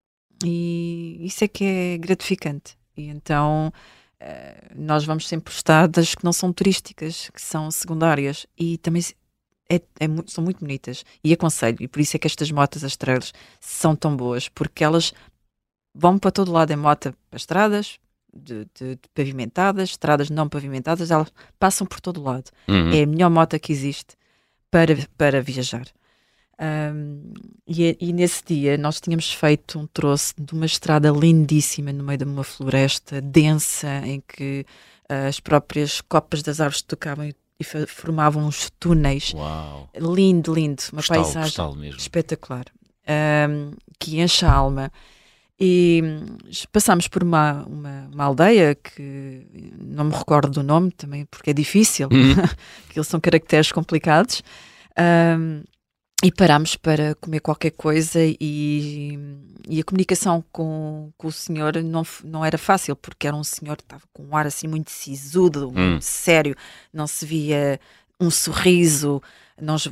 Speaker 2: E isso é que é gratificante. E então eh, nós vamos sempre estar das que não são turísticas, que são secundárias. E também se- é, é muito- são muito bonitas. E aconselho. E por isso é que estas motas, as estradas, são tão boas. Porque elas vão para todo lado em mota, para estradas de, de- de pavimentadas, estradas não pavimentadas, elas passam por todo lado.
Speaker 1: uhum.
Speaker 2: É a melhor moto que existe para, para viajar. Ahm, e, e nesse dia nós tínhamos feito um troço de uma estrada lindíssima no meio de uma floresta densa em que ah, as próprias copas das árvores tocavam e, e fa- formavam uns túneis.
Speaker 1: Uau.
Speaker 2: Lindo, lindo, uma
Speaker 1: Postal,
Speaker 2: paisagem
Speaker 1: postal mesmo.
Speaker 2: espetacular, ahm, que enche a alma. E hum, passámos por uma, uma, uma aldeia que não me recordo do nome também, porque é difícil,
Speaker 1: Uhum.
Speaker 2: que eles são caracteres complicados. Ahm, e parámos para comer qualquer coisa e, e a comunicação com, com o senhor não, f- não era fácil, porque era um senhor que estava com um ar assim muito sisudo,
Speaker 1: Hum.
Speaker 2: muito sério, não se via um sorriso, nós,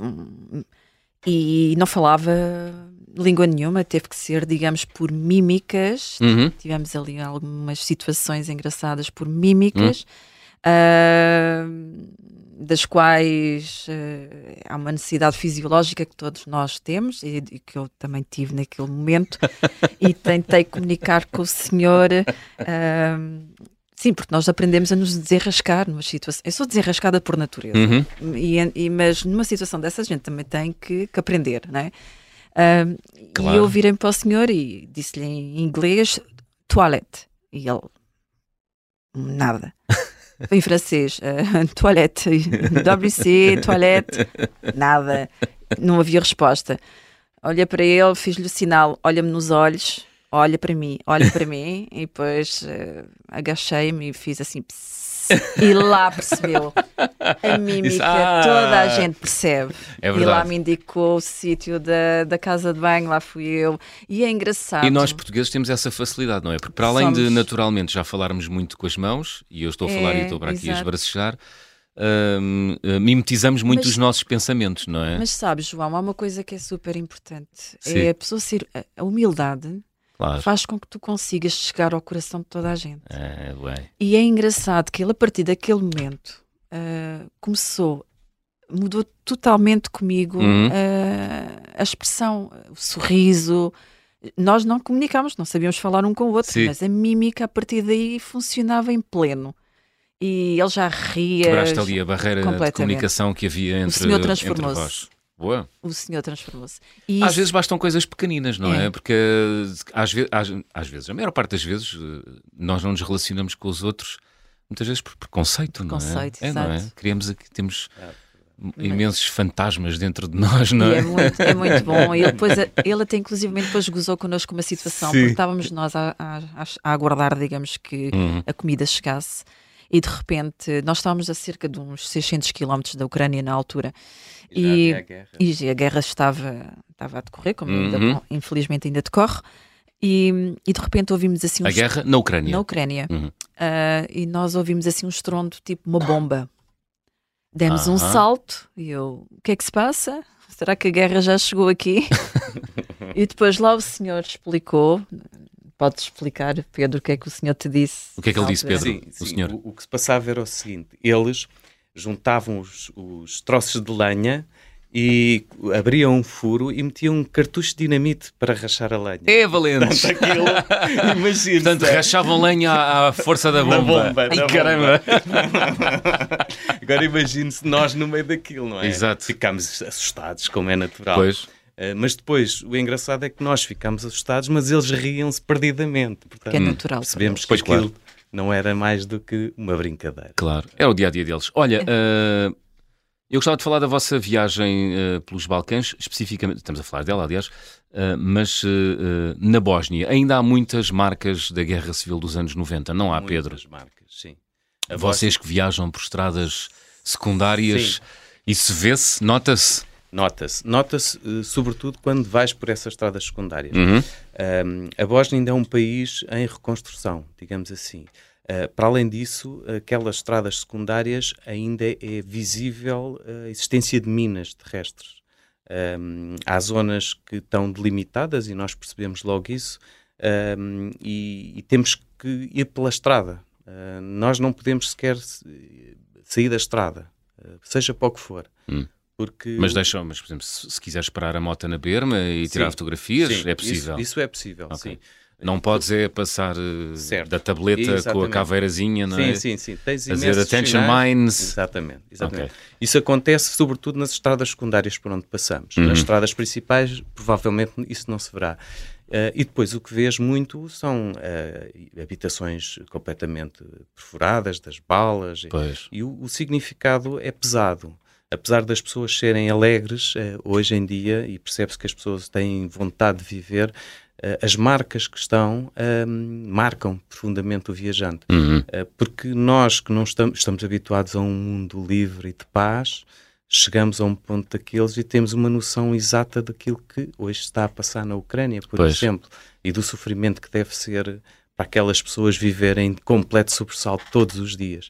Speaker 2: e não falava língua nenhuma, teve que ser, digamos, por mímicas.
Speaker 1: Uhum.
Speaker 2: Tivemos ali algumas situações engraçadas por mímicas, ah, das quais ah, há uma necessidade fisiológica que todos nós temos e, e que eu também tive naquele momento e tentei comunicar com o senhor. ah, sim, porque nós aprendemos a nos desenrascar numa situação. Eu sou desenrascada por natureza,
Speaker 1: Uhum.
Speaker 2: e, e- mas numa situação dessa a gente também tem que, que aprender, não é? Ah,
Speaker 1: Claro.
Speaker 2: E eu virei para o senhor e disse-lhe em inglês toilette. E ele, nada. Em francês, ah, toilette, W C, toilette, nada. Não havia resposta. Olhei para ele, fiz-lhe o sinal, olha-me nos olhos, olha para mim, olha para mim, e depois ah, agachei-me e fiz assim, pss, e lá percebeu. A mímica,
Speaker 1: Isso, ah!
Speaker 2: toda a gente percebe.
Speaker 1: É
Speaker 2: E lá
Speaker 1: verdade.
Speaker 2: me indicou o sítio da, da casa de banho, lá fui eu. E é engraçado.
Speaker 1: E nós portugueses temos essa facilidade, não é? Porque para além de
Speaker 2: Somos.
Speaker 1: naturalmente já falarmos muito com as mãos, e eu estou a falar
Speaker 2: É,
Speaker 1: e estou para aqui a
Speaker 2: exato.
Speaker 1: esbracejar, hum, eh, mimetizamos muito
Speaker 2: Mas-
Speaker 1: os nossos pensamentos, não é?
Speaker 2: Mas sabes, João, há uma coisa que é super importante.
Speaker 1: Sim.
Speaker 2: É a pessoa ser. A humildade
Speaker 1: Claro.
Speaker 2: faz com que tu consigas chegar ao coração de toda a gente.
Speaker 1: É, bem.
Speaker 2: E é engraçado que ele, a partir daquele momento, uh, começou, mudou totalmente comigo
Speaker 1: Uhum.
Speaker 2: uh, a expressão, o sorriso. Nós não comunicámos, não sabíamos falar um com o outro,
Speaker 1: Sim.
Speaker 2: mas a mímica a partir daí funcionava em pleno. E ele já ria.
Speaker 1: Quebraste ali a barreira de
Speaker 2: completamente.
Speaker 1: comunicação que havia entre,
Speaker 2: senhor
Speaker 1: entre
Speaker 2: transformou-se.
Speaker 1: vós. Boa.
Speaker 2: O senhor transformou-se. E
Speaker 1: Às
Speaker 2: isso-
Speaker 1: vezes bastam coisas pequeninas, não é?
Speaker 2: É.
Speaker 1: Porque às, ve às, às vezes, a maior parte das vezes, eh, nós não nos relacionamos com os outros, muitas vezes por preconceito, não é?
Speaker 2: Preconceito,
Speaker 1: É, não é?
Speaker 2: exato.
Speaker 1: Criamos aqui, temos imensos fantasmas dentro de nós, não
Speaker 2: E
Speaker 1: é?
Speaker 2: é muito, é muito bom. Ele, depois, ele até inclusive depois gozou connosco uma situação,
Speaker 1: Sim.
Speaker 2: porque estávamos nós a, a, a aguardar, digamos, que
Speaker 1: Uhum.
Speaker 2: a comida chegasse, e de repente nós estávamos a cerca de uns seiscentos quilómetros da Ucrânia na altura,
Speaker 3: Já
Speaker 2: e,
Speaker 3: havia a guerra.
Speaker 2: e a guerra estava, estava a decorrer, como ainda-
Speaker 1: Uhum.
Speaker 2: infelizmente ainda decorre, e, e de repente ouvimos assim um
Speaker 1: A guerra na Ucrânia.
Speaker 2: na Ucrânia.
Speaker 1: Uhum.
Speaker 2: Ah, e nós ouvimos assim um estrondo, tipo uma bomba. Demos um
Speaker 1: Aham.
Speaker 2: salto e eu, o que é que se passa? Será que a guerra já chegou aqui? E depois lá o senhor explicou. Podes explicar, Pedro, o que é que o senhor te disse?
Speaker 1: O que é que ele
Speaker 2: na
Speaker 1: disse,
Speaker 2: altura?
Speaker 1: Pedro?
Speaker 3: Sim,
Speaker 1: o
Speaker 3: sim.
Speaker 1: senhor.
Speaker 3: O, o que se passava era o seguinte: eles juntavam os, os troços de lenha e abriam um furo e metiam um cartucho de dinamite para rachar a lenha.
Speaker 1: É, valentes!
Speaker 3: Portanto, aquilo, imagina.
Speaker 1: Portanto, rachavam lenha à, à força da bomba.
Speaker 3: Da bomba,
Speaker 1: Ai,
Speaker 3: da
Speaker 1: caramba!
Speaker 3: Agora imagine-se nós no meio daquilo, não é?
Speaker 1: Exato.
Speaker 3: Ficámos assustados, como é natural.
Speaker 1: Pois.
Speaker 3: Uh, mas depois, o engraçado é que nós ficámos assustados, mas eles riam-se perdidamente. Portanto,
Speaker 2: Que é natural.
Speaker 3: percebemos que
Speaker 1: Pois,
Speaker 3: aquilo
Speaker 1: claro.
Speaker 3: não era mais do que uma brincadeira.
Speaker 1: Claro, é o dia-a-dia deles. Olha, eh, eu gostava de falar da vossa viagem eh, pelos Balcãs, especificamente, estamos a falar dela, aliás, eh, mas eh, eh, na Bósnia ainda há muitas marcas da Guerra Civil dos anos noventa, não há, Pedro?
Speaker 3: Muitas marcas, sim. A
Speaker 1: Vocês que viajam por estradas secundárias,
Speaker 3: Sim.
Speaker 1: isso vê-se, nota-se?
Speaker 3: Nota-se, nota-se uh, sobretudo quando vais por essas estradas secundárias.
Speaker 1: Uhum.
Speaker 3: Um, a Bósnia ainda é um país em reconstrução, digamos assim. Uh, para além disso, aquelas estradas secundárias ainda é visível a existência de minas terrestres. Um, há zonas que estão delimitadas e nós percebemos logo isso, um, e, e temos que ir pela estrada. Uh, nós não podemos sequer sair da estrada, uh, seja para o que for.
Speaker 1: Hum.
Speaker 3: Porque
Speaker 1: Mas deixam, mas por exemplo, se, se quiseres parar a moto na berma e tirar
Speaker 3: Sim,
Speaker 1: fotografias,
Speaker 3: sim,
Speaker 1: é possível.
Speaker 3: Isso, isso é possível,
Speaker 1: Ok.
Speaker 3: sim.
Speaker 1: Não podes é passar eh,
Speaker 3: Certo.
Speaker 1: da tableta com a
Speaker 3: Exatamente.
Speaker 1: caveirazinha, não
Speaker 3: Sim,
Speaker 1: é?
Speaker 3: sim, sim. Tens
Speaker 1: Fazer
Speaker 3: imensos
Speaker 1: attention
Speaker 3: sinais.
Speaker 1: mines.
Speaker 3: Exatamente, exatamente.
Speaker 1: Ok.
Speaker 3: Isso acontece sobretudo nas estradas secundárias por onde passamos.
Speaker 1: Uhum.
Speaker 3: Nas estradas principais, provavelmente isso não se verá. Uh, e depois o que vês muito são uh, habitações completamente perfuradas das balas.
Speaker 1: Pois.
Speaker 3: E o, o significado é pesado. Apesar das pessoas serem alegres uh, hoje em dia, e percebe-se que as pessoas têm vontade de viver, uh, as marcas que estão um, marcam profundamente o viajante.
Speaker 1: Uhum.
Speaker 3: Uh, porque nós que não estamos, estamos habituados a um mundo livre e de paz, chegamos a um ponto daqueles e temos uma noção exata daquilo que hoje está a passar na Ucrânia, por
Speaker 1: Pois.
Speaker 3: exemplo, e do sofrimento que deve ser para aquelas pessoas viverem de completo sobressalto todos os dias.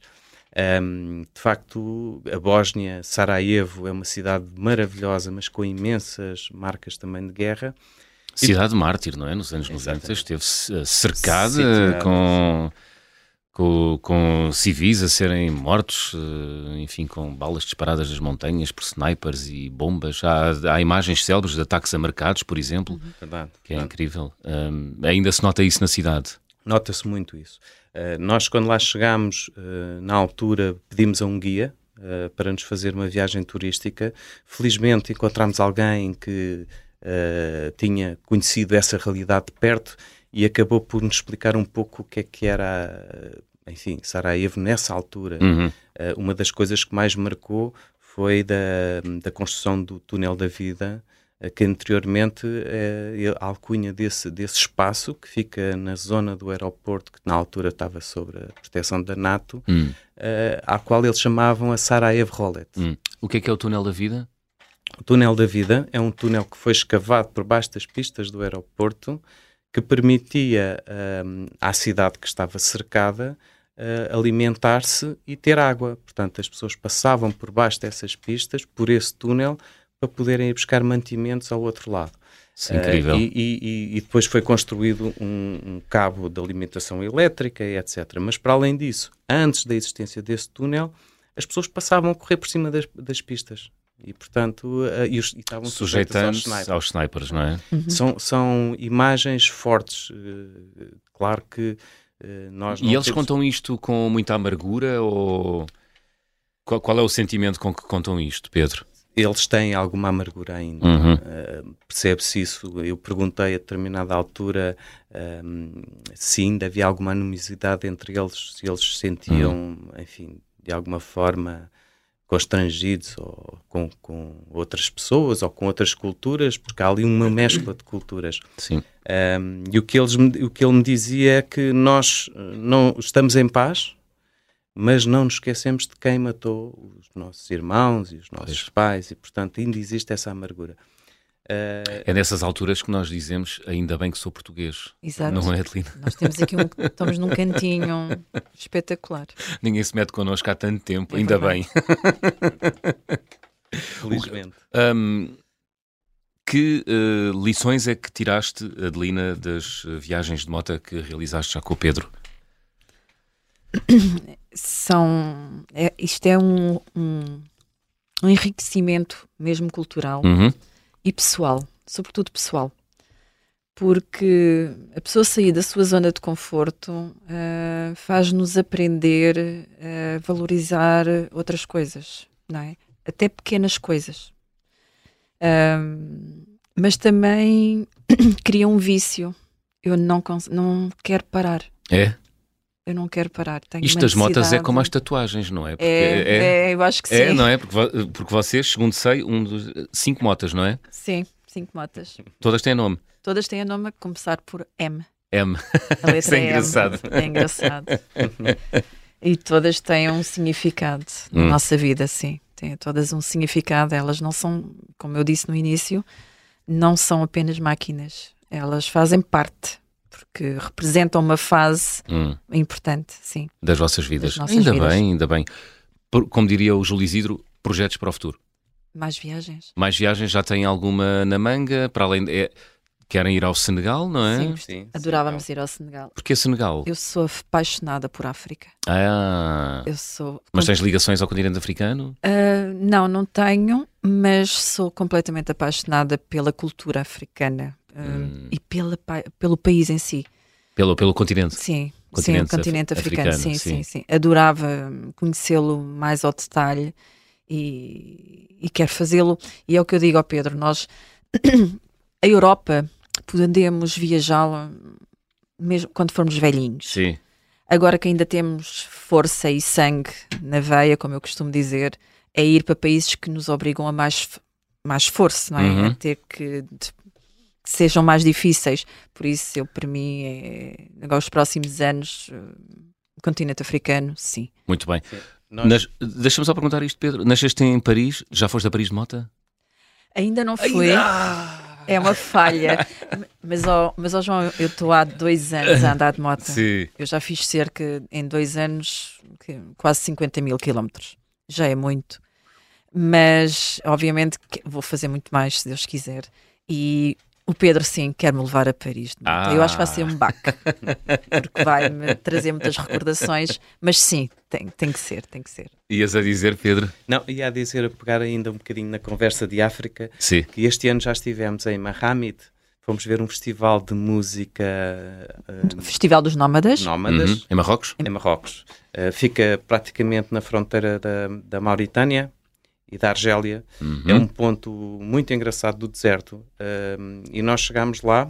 Speaker 3: Um, de facto, a Bósnia, Sarajevo, é uma cidade maravilhosa, mas com imensas marcas também de guerra.
Speaker 1: Cidade mártir, não é? Nos anos
Speaker 3: Exatamente.
Speaker 1: noventa esteve eh, cercada
Speaker 3: Sitiada,
Speaker 1: com, com, com civis a serem mortos, eh, enfim, com balas disparadas das montanhas por snipers e bombas. Há, há imagens célebres de ataques a mercados, por exemplo,
Speaker 3: Verdade,
Speaker 1: que é
Speaker 3: verdade.
Speaker 1: incrível. Um, ainda se nota isso na cidade.
Speaker 3: Nota-se muito isso. Uh, nós, quando lá chegámos, uh, na altura, pedimos a um guia uh, para nos fazer uma viagem turística. Felizmente encontramos alguém que uh, tinha conhecido essa realidade de perto e acabou por nos explicar um pouco o que é que era, uh, enfim, Sarajevo nessa altura.
Speaker 1: Uhum.
Speaker 3: Uh, uma das coisas que mais me marcou foi da, da construção do Túnel da Vida, que anteriormente é a alcunha desse, desse espaço que fica na zona do aeroporto, que na altura estava sob a proteção da NATO,
Speaker 1: Hum.
Speaker 3: uh, à qual eles chamavam a Sarajevo Roulette.
Speaker 1: Hum. O que é que é o túnel da vida?
Speaker 3: O Túnel da Vida é um túnel que foi escavado por baixo das pistas do aeroporto, que permitia um, à cidade que estava cercada uh, alimentar-se e ter água. Portanto, as pessoas passavam por baixo dessas pistas, por esse túnel, para poderem ir buscar mantimentos ao outro lado.
Speaker 1: Isso é incrível.
Speaker 3: Uh, e, e, e depois foi construído um, um cabo de alimentação elétrica, etcétera. Mas para além disso, antes da existência desse túnel, as pessoas passavam a correr por cima das, das pistas. E, portanto, uh, e, os, e estavam
Speaker 1: sujeitando-se aos, aos snipers, não é?
Speaker 2: Uhum.
Speaker 3: São, são imagens fortes. Uh, claro que uh, nós não
Speaker 1: E eles
Speaker 3: temos...
Speaker 1: contam isto com muita amargura ou... Qual, qual é o sentimento com que contam isto, Pedro?
Speaker 3: Eles têm alguma amargura ainda.
Speaker 1: Uhum.
Speaker 3: Uh, percebe-se isso. Eu perguntei a determinada altura um, se ainda havia alguma animosidade entre eles, se eles se sentiam, uhum. enfim, de alguma forma constrangidos ou com, com outras pessoas ou com outras culturas, porque há ali uma mescla de culturas.
Speaker 1: Sim.
Speaker 3: Um, e o que, eles, o que ele me dizia é que nós não estamos em paz, mas não nos esquecemos de quem matou os nossos irmãos e os nossos pois. pais, e portanto ainda existe essa amargura. Uh...
Speaker 1: É nessas alturas que nós dizemos, ainda bem que sou português.
Speaker 2: Exato.
Speaker 1: Não é, Adelina?
Speaker 2: Nós temos aqui um, estamos num cantinho espetacular.
Speaker 1: Ninguém se mete connosco há tanto tempo,
Speaker 2: é
Speaker 1: ainda
Speaker 2: verdade.
Speaker 1: bem.
Speaker 3: Felizmente.
Speaker 1: Um, que uh, lições é que tiraste, Adelina, das viagens de moto que realizaste já com o Pedro?
Speaker 2: São, é, isto é um, um, um enriquecimento mesmo cultural
Speaker 1: uhum.
Speaker 2: e pessoal, sobretudo pessoal, porque a pessoa sair da sua zona de conforto uh, faz-nos aprender a valorizar outras coisas, não é? Até pequenas coisas, uh, mas também cria um vício. Eu não, cons- não quero parar.
Speaker 1: É?
Speaker 2: Eu não quero parar. Tenho
Speaker 1: Isto das motas é como as tatuagens, não é? Porque
Speaker 2: é,
Speaker 1: é,
Speaker 2: é, eu acho que sim.
Speaker 1: É, não é? Porque, vo- porque vocês, segundo sei, um dos, cinco motas, não é?
Speaker 2: Sim, cinco motas.
Speaker 1: Todas têm nome.
Speaker 2: Todas têm a nome a começar por M.
Speaker 1: M.
Speaker 2: A letra
Speaker 1: Isso é
Speaker 2: M.
Speaker 1: engraçado.
Speaker 2: É engraçado. E todas têm um significado na
Speaker 1: Hum.
Speaker 2: nossa vida, sim. Têm todas um significado. Elas não são, como eu disse no início, não são apenas máquinas. Elas fazem parte. Porque representam uma fase
Speaker 1: Hum.
Speaker 2: importante, sim.
Speaker 1: Das vossas vidas.
Speaker 2: Das nossas
Speaker 1: ainda
Speaker 2: vidas.
Speaker 1: bem, ainda bem. Por- como diria o Júlio Isidro, projetos para o futuro.
Speaker 2: Mais viagens.
Speaker 1: Mais viagens, já têm alguma na manga? Para além de, é, querem ir ao Senegal, não é?
Speaker 2: Sim,
Speaker 3: Sim,
Speaker 2: adorávamos
Speaker 3: sim,
Speaker 2: ir ao Senegal.
Speaker 1: Porquê Senegal?
Speaker 2: Eu sou apaixonada por África.
Speaker 1: Ah,
Speaker 2: Eu sou.
Speaker 1: mas tens ligações ao continente africano?
Speaker 2: Uh, não, não tenho, mas sou completamente apaixonada pela cultura africana uh,
Speaker 1: Hum.
Speaker 2: e pela, pa- pelo país em si.
Speaker 1: Pelo, pelo continente?
Speaker 2: Sim,
Speaker 1: Continente
Speaker 2: sim, o continente
Speaker 1: af-
Speaker 2: africano,
Speaker 1: africano,
Speaker 2: sim,
Speaker 1: sim.
Speaker 2: sim, sim. Adorava conhecê-lo mais ao detalhe e, e quero fazê-lo. E é o que eu digo ao Pedro, nós, a Europa, podemos viajá-la mesmo quando formos velhinhos.
Speaker 1: Sim.
Speaker 2: Agora que ainda temos força e sangue na veia, como eu costumo dizer, é ir para países que nos obrigam a mais, mais esforço, não é?
Speaker 1: Uhum.
Speaker 2: A ter que, de- que sejam mais difíceis. Por isso, eu, para mim, é, agora os próximos anos, eh, o continente africano, sim.
Speaker 1: Muito bem.
Speaker 3: Sim. Nós-
Speaker 1: Nas- Deixa-me só perguntar isto, Pedro. Nasceste em Paris? Já foste a Paris de moto?
Speaker 2: Ainda não fui. É uma falha. Mas, ó, mas ó, João, eu estou há dois anos a andar de moto.
Speaker 1: Sim.
Speaker 2: Eu já fiz cerca, em dois anos, que- quase cinquenta mil quilómetros. Já é muito. Mas, obviamente, que vou fazer muito mais, se Deus quiser. E o Pedro, sim, quer-me levar a Paris de moto.
Speaker 1: Ah.
Speaker 2: Eu acho que vai ser um baque. Porque vai-me trazer muitas recordações. Mas sim, tem, tem que ser, tem que ser.
Speaker 1: Ias a dizer, Pedro?
Speaker 3: Não, ia a dizer, a pegar ainda um bocadinho na conversa de África,
Speaker 1: Sim.
Speaker 3: que este ano já estivemos em Mahamid, fomos ver um festival de música uh,
Speaker 2: Festival dos Nómadas.
Speaker 3: nómadas
Speaker 1: Uhum. Em Marrocos?
Speaker 3: em Marrocos. Uh, fica praticamente na fronteira da, da Mauritânia e da Argélia.
Speaker 1: Uhum.
Speaker 3: É um ponto muito engraçado do deserto. Uh, e nós chegámos lá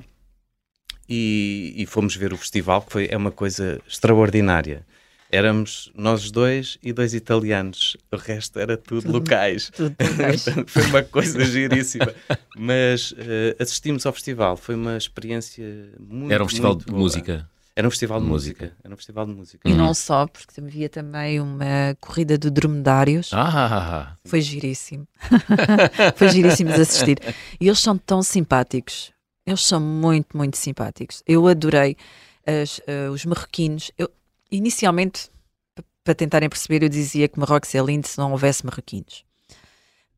Speaker 3: e, e fomos ver o festival, que foi, é uma coisa extraordinária. Éramos nós dois e dois italianos. O resto era tudo locais.
Speaker 2: Tudo locais.
Speaker 3: Portanto, foi uma coisa giríssima. Mas uh, assistimos ao festival. Foi uma experiência muito
Speaker 1: Era um festival
Speaker 3: muito
Speaker 1: de
Speaker 3: boa.
Speaker 1: música.
Speaker 3: Era um festival de
Speaker 1: Música.
Speaker 3: música. Era um festival de música.
Speaker 2: E
Speaker 1: Uhum.
Speaker 2: não só, porque havia também uma corrida de dromedários.
Speaker 1: Ah,
Speaker 2: Foi giríssimo. Foi giríssimo de assistir. E eles são tão simpáticos. Eles são muito, muito simpáticos. Eu adorei as, eh, os marroquinos. Eu, inicialmente, p- para tentarem perceber, eu dizia que Marrocos é lindo se não houvesse marroquinos.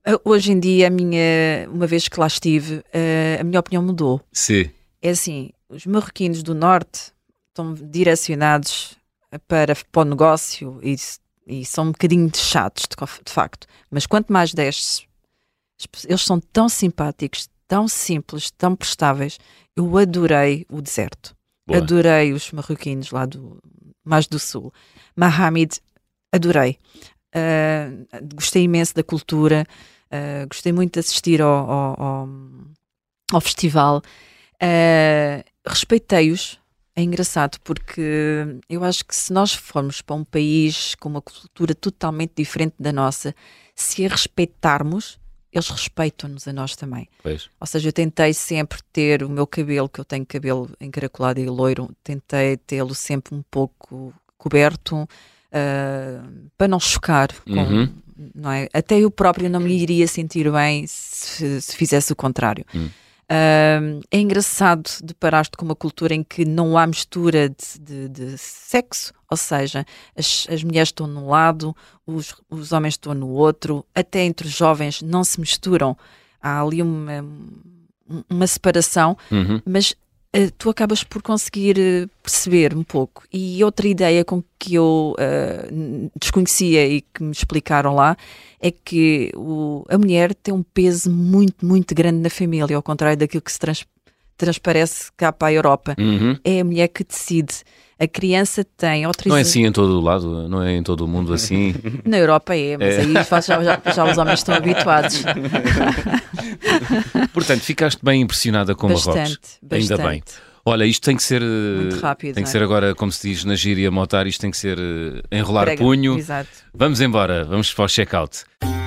Speaker 2: Hoje em dia, a minha, uma vez que lá estive, a minha opinião mudou.
Speaker 1: Sim.
Speaker 2: É assim, os marroquinos do Norte estão direcionados para, para o negócio e, e são um bocadinho chatos, de, de facto. Mas quanto mais desces, eles são tão simpáticos, tão simples, tão prestáveis. Eu adorei o deserto. Boa. Adorei os marroquinos lá do, mais do sul. Mohamed, adorei. Uh, gostei imenso da cultura. Uh, gostei muito de assistir ao, ao, ao, ao festival. Uh, respeitei-os. É engraçado porque eu acho que se nós formos para um país com uma cultura totalmente diferente da nossa, se a respeitarmos, eles respeitam-nos a nós também.
Speaker 1: Pois.
Speaker 2: Ou seja, eu tentei sempre ter o meu cabelo, que eu tenho cabelo encaracolado e loiro, tentei tê-lo sempre um pouco coberto, uh, para não chocar com,
Speaker 1: uhum.
Speaker 2: não é? Até eu próprio não me iria sentir bem se, se fizesse o contrário.
Speaker 1: Uhum.
Speaker 2: Uh, é engraçado deparar-te com uma cultura em que não há mistura de, de, de sexo, ou seja, as, as mulheres estão num lado, os, os homens estão no outro, até entre os jovens não se misturam, há ali uma, uma separação,
Speaker 1: uhum.
Speaker 2: mas uh, tu acabas por conseguir uh, perceber um pouco. E outra ideia com que eu uh, desconhecia e que me explicaram lá é que o, a mulher tem um peso muito, muito grande na família, ao contrário daquilo que se trans, transparece cá para a Europa.
Speaker 1: Uhum.
Speaker 2: É a mulher que decide. A criança tem autorização.
Speaker 1: Não é assim em todo o lado, não é em todo o mundo assim.
Speaker 2: Na Europa é, mas
Speaker 1: é.
Speaker 2: aí já, já, já os homens estão habituados.
Speaker 1: Portanto, ficaste bem impressionada com
Speaker 2: bastante,
Speaker 1: Marrocos.
Speaker 2: Bastante.
Speaker 1: Ainda bem. Olha, isto tem que ser
Speaker 2: muito rápido,
Speaker 1: tem que
Speaker 2: é?
Speaker 1: ser agora, como se diz na gíria motar, isto tem que ser uh, enrolar
Speaker 2: Prega,
Speaker 1: punho.
Speaker 2: exato.
Speaker 1: Vamos embora, vamos para o check-out.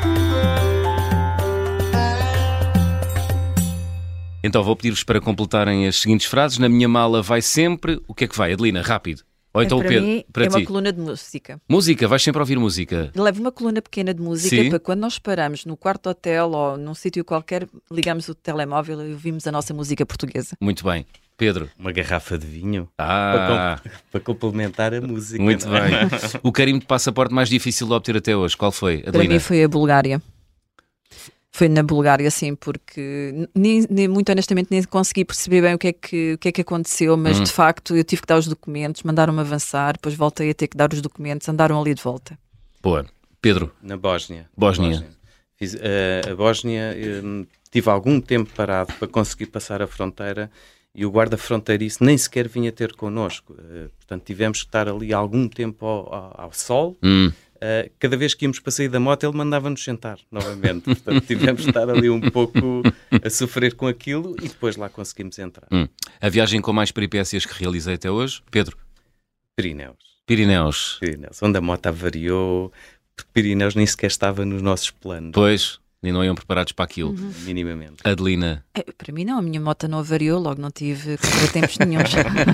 Speaker 1: Então vou pedir-vos para completarem as seguintes frases. Na minha mala vai sempre... O que é que vai, Adelina? Rápido. Ou então
Speaker 2: é,
Speaker 1: o
Speaker 2: para
Speaker 1: Pedro,
Speaker 2: mim,
Speaker 1: para
Speaker 2: é
Speaker 1: ti.
Speaker 2: uma coluna de música.
Speaker 1: Música, vais sempre ouvir música.
Speaker 2: Levo uma coluna pequena de música.
Speaker 1: Sim.
Speaker 2: Para quando nós paramos no quarto de hotel ou num sítio qualquer, ligamos o telemóvel e ouvimos a nossa música portuguesa.
Speaker 1: Muito bem. Pedro.
Speaker 3: Uma garrafa de vinho
Speaker 1: ah.
Speaker 3: para, comp para complementar a música.
Speaker 1: Muito
Speaker 3: não?
Speaker 1: bem. O carimbo de passaporte mais difícil de obter até hoje, qual foi, Adelina?
Speaker 2: Para mim foi a Bulgária. Foi na Bulgária, sim, porque nem, nem, muito honestamente nem consegui perceber bem o que é que, o que, é que aconteceu, mas
Speaker 1: hum.
Speaker 2: de facto eu tive que dar os documentos, mandaram-me avançar, depois voltei a ter que dar os documentos, andaram ali de volta.
Speaker 1: Boa. Pedro.
Speaker 3: Na Bósnia.
Speaker 1: Bósnia.
Speaker 3: Bósnia. Fiz, uh, a Bósnia, um, tive algum tempo parado para conseguir passar a fronteira e o guarda fronteiriço nem sequer vinha ter connosco. Uh, portanto, tivemos que estar ali algum tempo ao, ao, ao sol.
Speaker 1: Hum.
Speaker 3: Uh, cada vez que íamos para sair da moto ele mandava-nos sentar novamente, portanto tivemos de estar ali um pouco a sofrer com aquilo e depois lá conseguimos entrar.
Speaker 1: Hum. A viagem com mais peripécias que realizei até hoje, Pedro?
Speaker 3: Pirineus.
Speaker 1: Pirineus.
Speaker 3: Pirineus, onde a moto avariou, porque Pirineus nem sequer estava nos nossos planos.
Speaker 1: Pois, e não iam preparados para aquilo.
Speaker 2: Uhum.
Speaker 3: Minimamente.
Speaker 1: Adelina?
Speaker 2: É, para mim não, a minha moto não avariou, logo não tive contratempos nenhuns.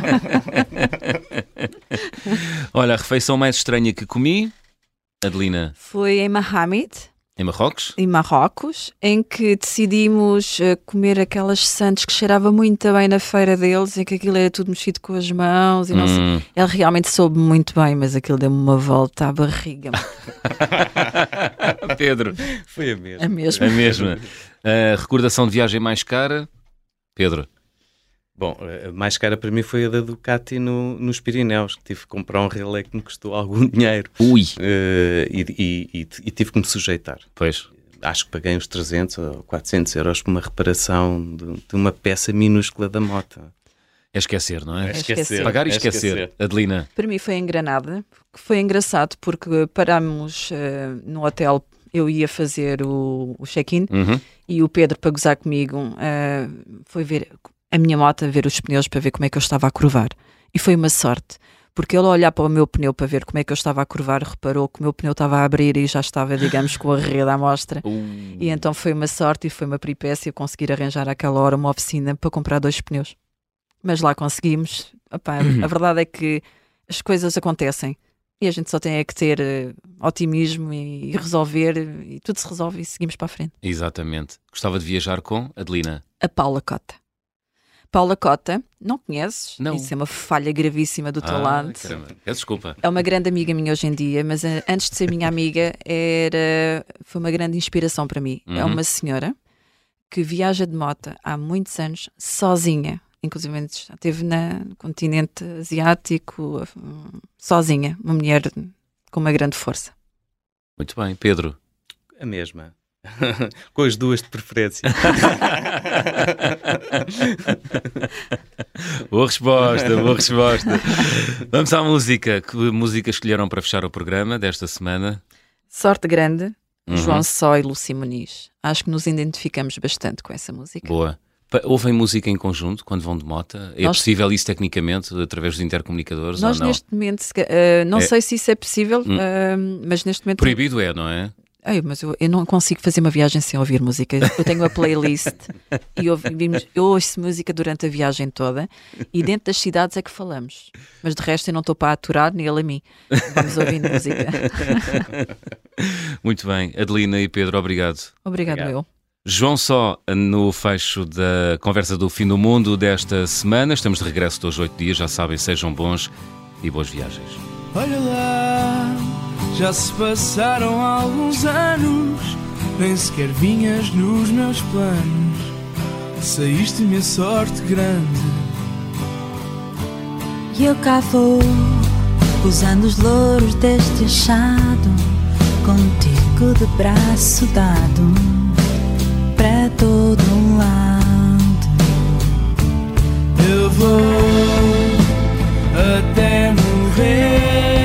Speaker 1: Olha, a refeição mais estranha que comi... Adelina?
Speaker 2: Foi em Mohamed,
Speaker 1: em Marrocos?
Speaker 2: Em Marrocos, em que decidimos uh, comer aquelas sandes que cheirava muito bem na feira deles, em que aquilo era tudo mexido com as mãos e não
Speaker 1: hum.
Speaker 2: sei. Ele realmente soube muito bem, mas aquilo deu-me uma volta à barriga.
Speaker 3: Pedro? Foi a mesma.
Speaker 2: A mesma.
Speaker 1: A mesma. A recordação de viagem mais cara? Pedro?
Speaker 3: Bom, a mais cara para mim foi a da Ducati no, nos Pirineus, que tive que comprar um relé que me custou algum dinheiro.
Speaker 1: Ui!
Speaker 3: Uh, e, e, e, e tive que me sujeitar.
Speaker 1: Pois.
Speaker 3: Acho que paguei uns trezentos ou quatrocentos euros por uma reparação de, de uma peça minúscula da moto.
Speaker 1: É esquecer, não é?
Speaker 3: É esquecer.
Speaker 1: Pagar e
Speaker 3: é
Speaker 1: esquecer.
Speaker 3: esquecer.
Speaker 1: Adelina?
Speaker 2: Para mim foi em Granada, que foi engraçado porque parámos uh, no hotel, eu ia fazer o, o check-in
Speaker 1: uhum.
Speaker 2: e o Pedro, para gozar comigo, uh, foi ver a minha moto, a ver os pneus para ver como é que eu estava a curvar. E foi uma sorte, porque ele, a olhar para o meu pneu para ver como é que eu estava a curvar, reparou que o meu pneu estava a abrir e já estava, digamos, com a rede à mostra.
Speaker 1: Uh.
Speaker 2: E então foi uma sorte e foi uma peripécia conseguir arranjar àquela hora uma oficina para comprar dois pneus. Mas lá conseguimos. Epá, a verdade é que as coisas acontecem e a gente só tem é que ter uh, otimismo e, e resolver, e tudo se resolve e seguimos para a frente.
Speaker 1: Exatamente. Gostava de viajar com Adelina?
Speaker 2: A Paula Cota. Paula Cota, não conheces?
Speaker 1: Não.
Speaker 2: Isso é uma falha gravíssima do teu
Speaker 1: Ah,
Speaker 2: lado.
Speaker 1: caramba. Peço desculpa.
Speaker 2: É uma grande amiga minha hoje em dia, mas uh, antes de ser minha amiga, era, foi uma grande inspiração para mim.
Speaker 1: Uhum.
Speaker 2: É uma senhora que viaja de moto há muitos anos, sozinha. Inclusive já esteve na, no continente asiático, uh, sozinha. Uma mulher com uma grande força.
Speaker 1: Muito bem. Pedro?
Speaker 3: A mesma. Com as duas de preferência.
Speaker 1: Boa resposta, boa resposta. Vamos à música. Que música escolheram para fechar o programa desta semana?
Speaker 2: Sorte Grande,
Speaker 1: Uhum.
Speaker 2: João Só e Lucy Muniz. Acho que nos identificamos bastante com essa música.
Speaker 1: Boa. Pa- Ouvem música em conjunto quando vão de moto? É
Speaker 2: Nós-
Speaker 1: possível isso tecnicamente através dos intercomunicadores
Speaker 2: Nós
Speaker 1: ou não?
Speaker 2: neste momento, se ca- uh, não
Speaker 1: É.
Speaker 2: sei se isso é possível,
Speaker 1: Hum.
Speaker 2: uh, mas neste momento...
Speaker 1: Proibido é, não é?
Speaker 2: Ai, mas eu, eu não consigo fazer uma viagem sem ouvir música. Eu tenho uma playlist e ouvimos, eu ouço música durante a viagem toda e dentro das cidades é que falamos. Mas de resto eu não estou para aturar, nem ele a mim. Vamos ouvindo música.
Speaker 1: Muito bem. Adelina e Pedro, obrigado.
Speaker 2: Obrigado,
Speaker 3: Obrigado.
Speaker 2: eu.
Speaker 1: João Só, no fecho da conversa do Fim do Mundo desta semana. Estamos de regresso de hoje oito dias. Já sabem, sejam bons e boas viagens.
Speaker 4: Olha lá, já se passaram alguns anos, nem sequer vinhas nos meus planos. Saíste-me a sorte grande.
Speaker 5: E eu cá vou, usando os louros deste achado, contigo de braço dado, para todo um lado.
Speaker 4: Eu vou até morrer,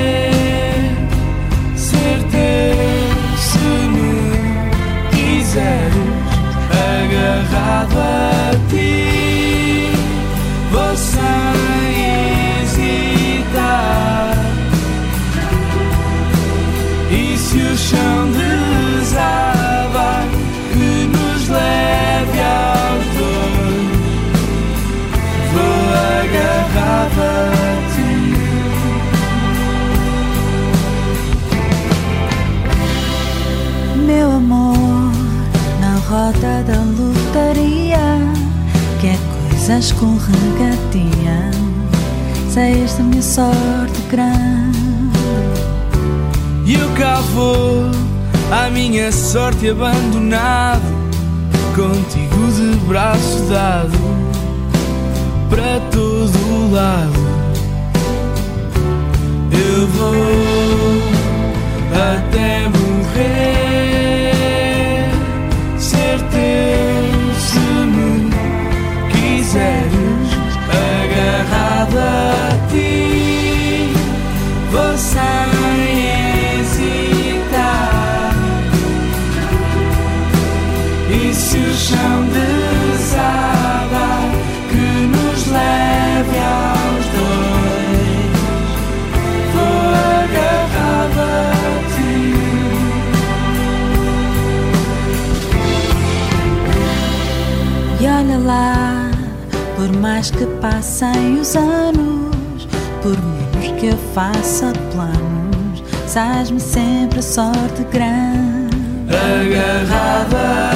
Speaker 4: ser teu se me quiseres, agarrado a ti, vou sem hesitar. E se o chão desabar, que nos leve aos dois, vou agarrado a ti.
Speaker 5: Meu amor, na roda da lotaria, que é coisa escorregadia, saíste-me a sorte grande.
Speaker 4: E eu cá vou, à minha sorte abandonado, contigo de braço dado, para todo o lado. Eu vou até morrer, ser teu se me quiseres, agarrado a ti, vou sem hesitar. E se o chão desabar, que nos leve aos dois, vou agarrado a ti.
Speaker 5: E olha lá, por mais que passem os anos, por menos que eu faça planos, sais-me sempre a sorte grande.
Speaker 4: Agarrado a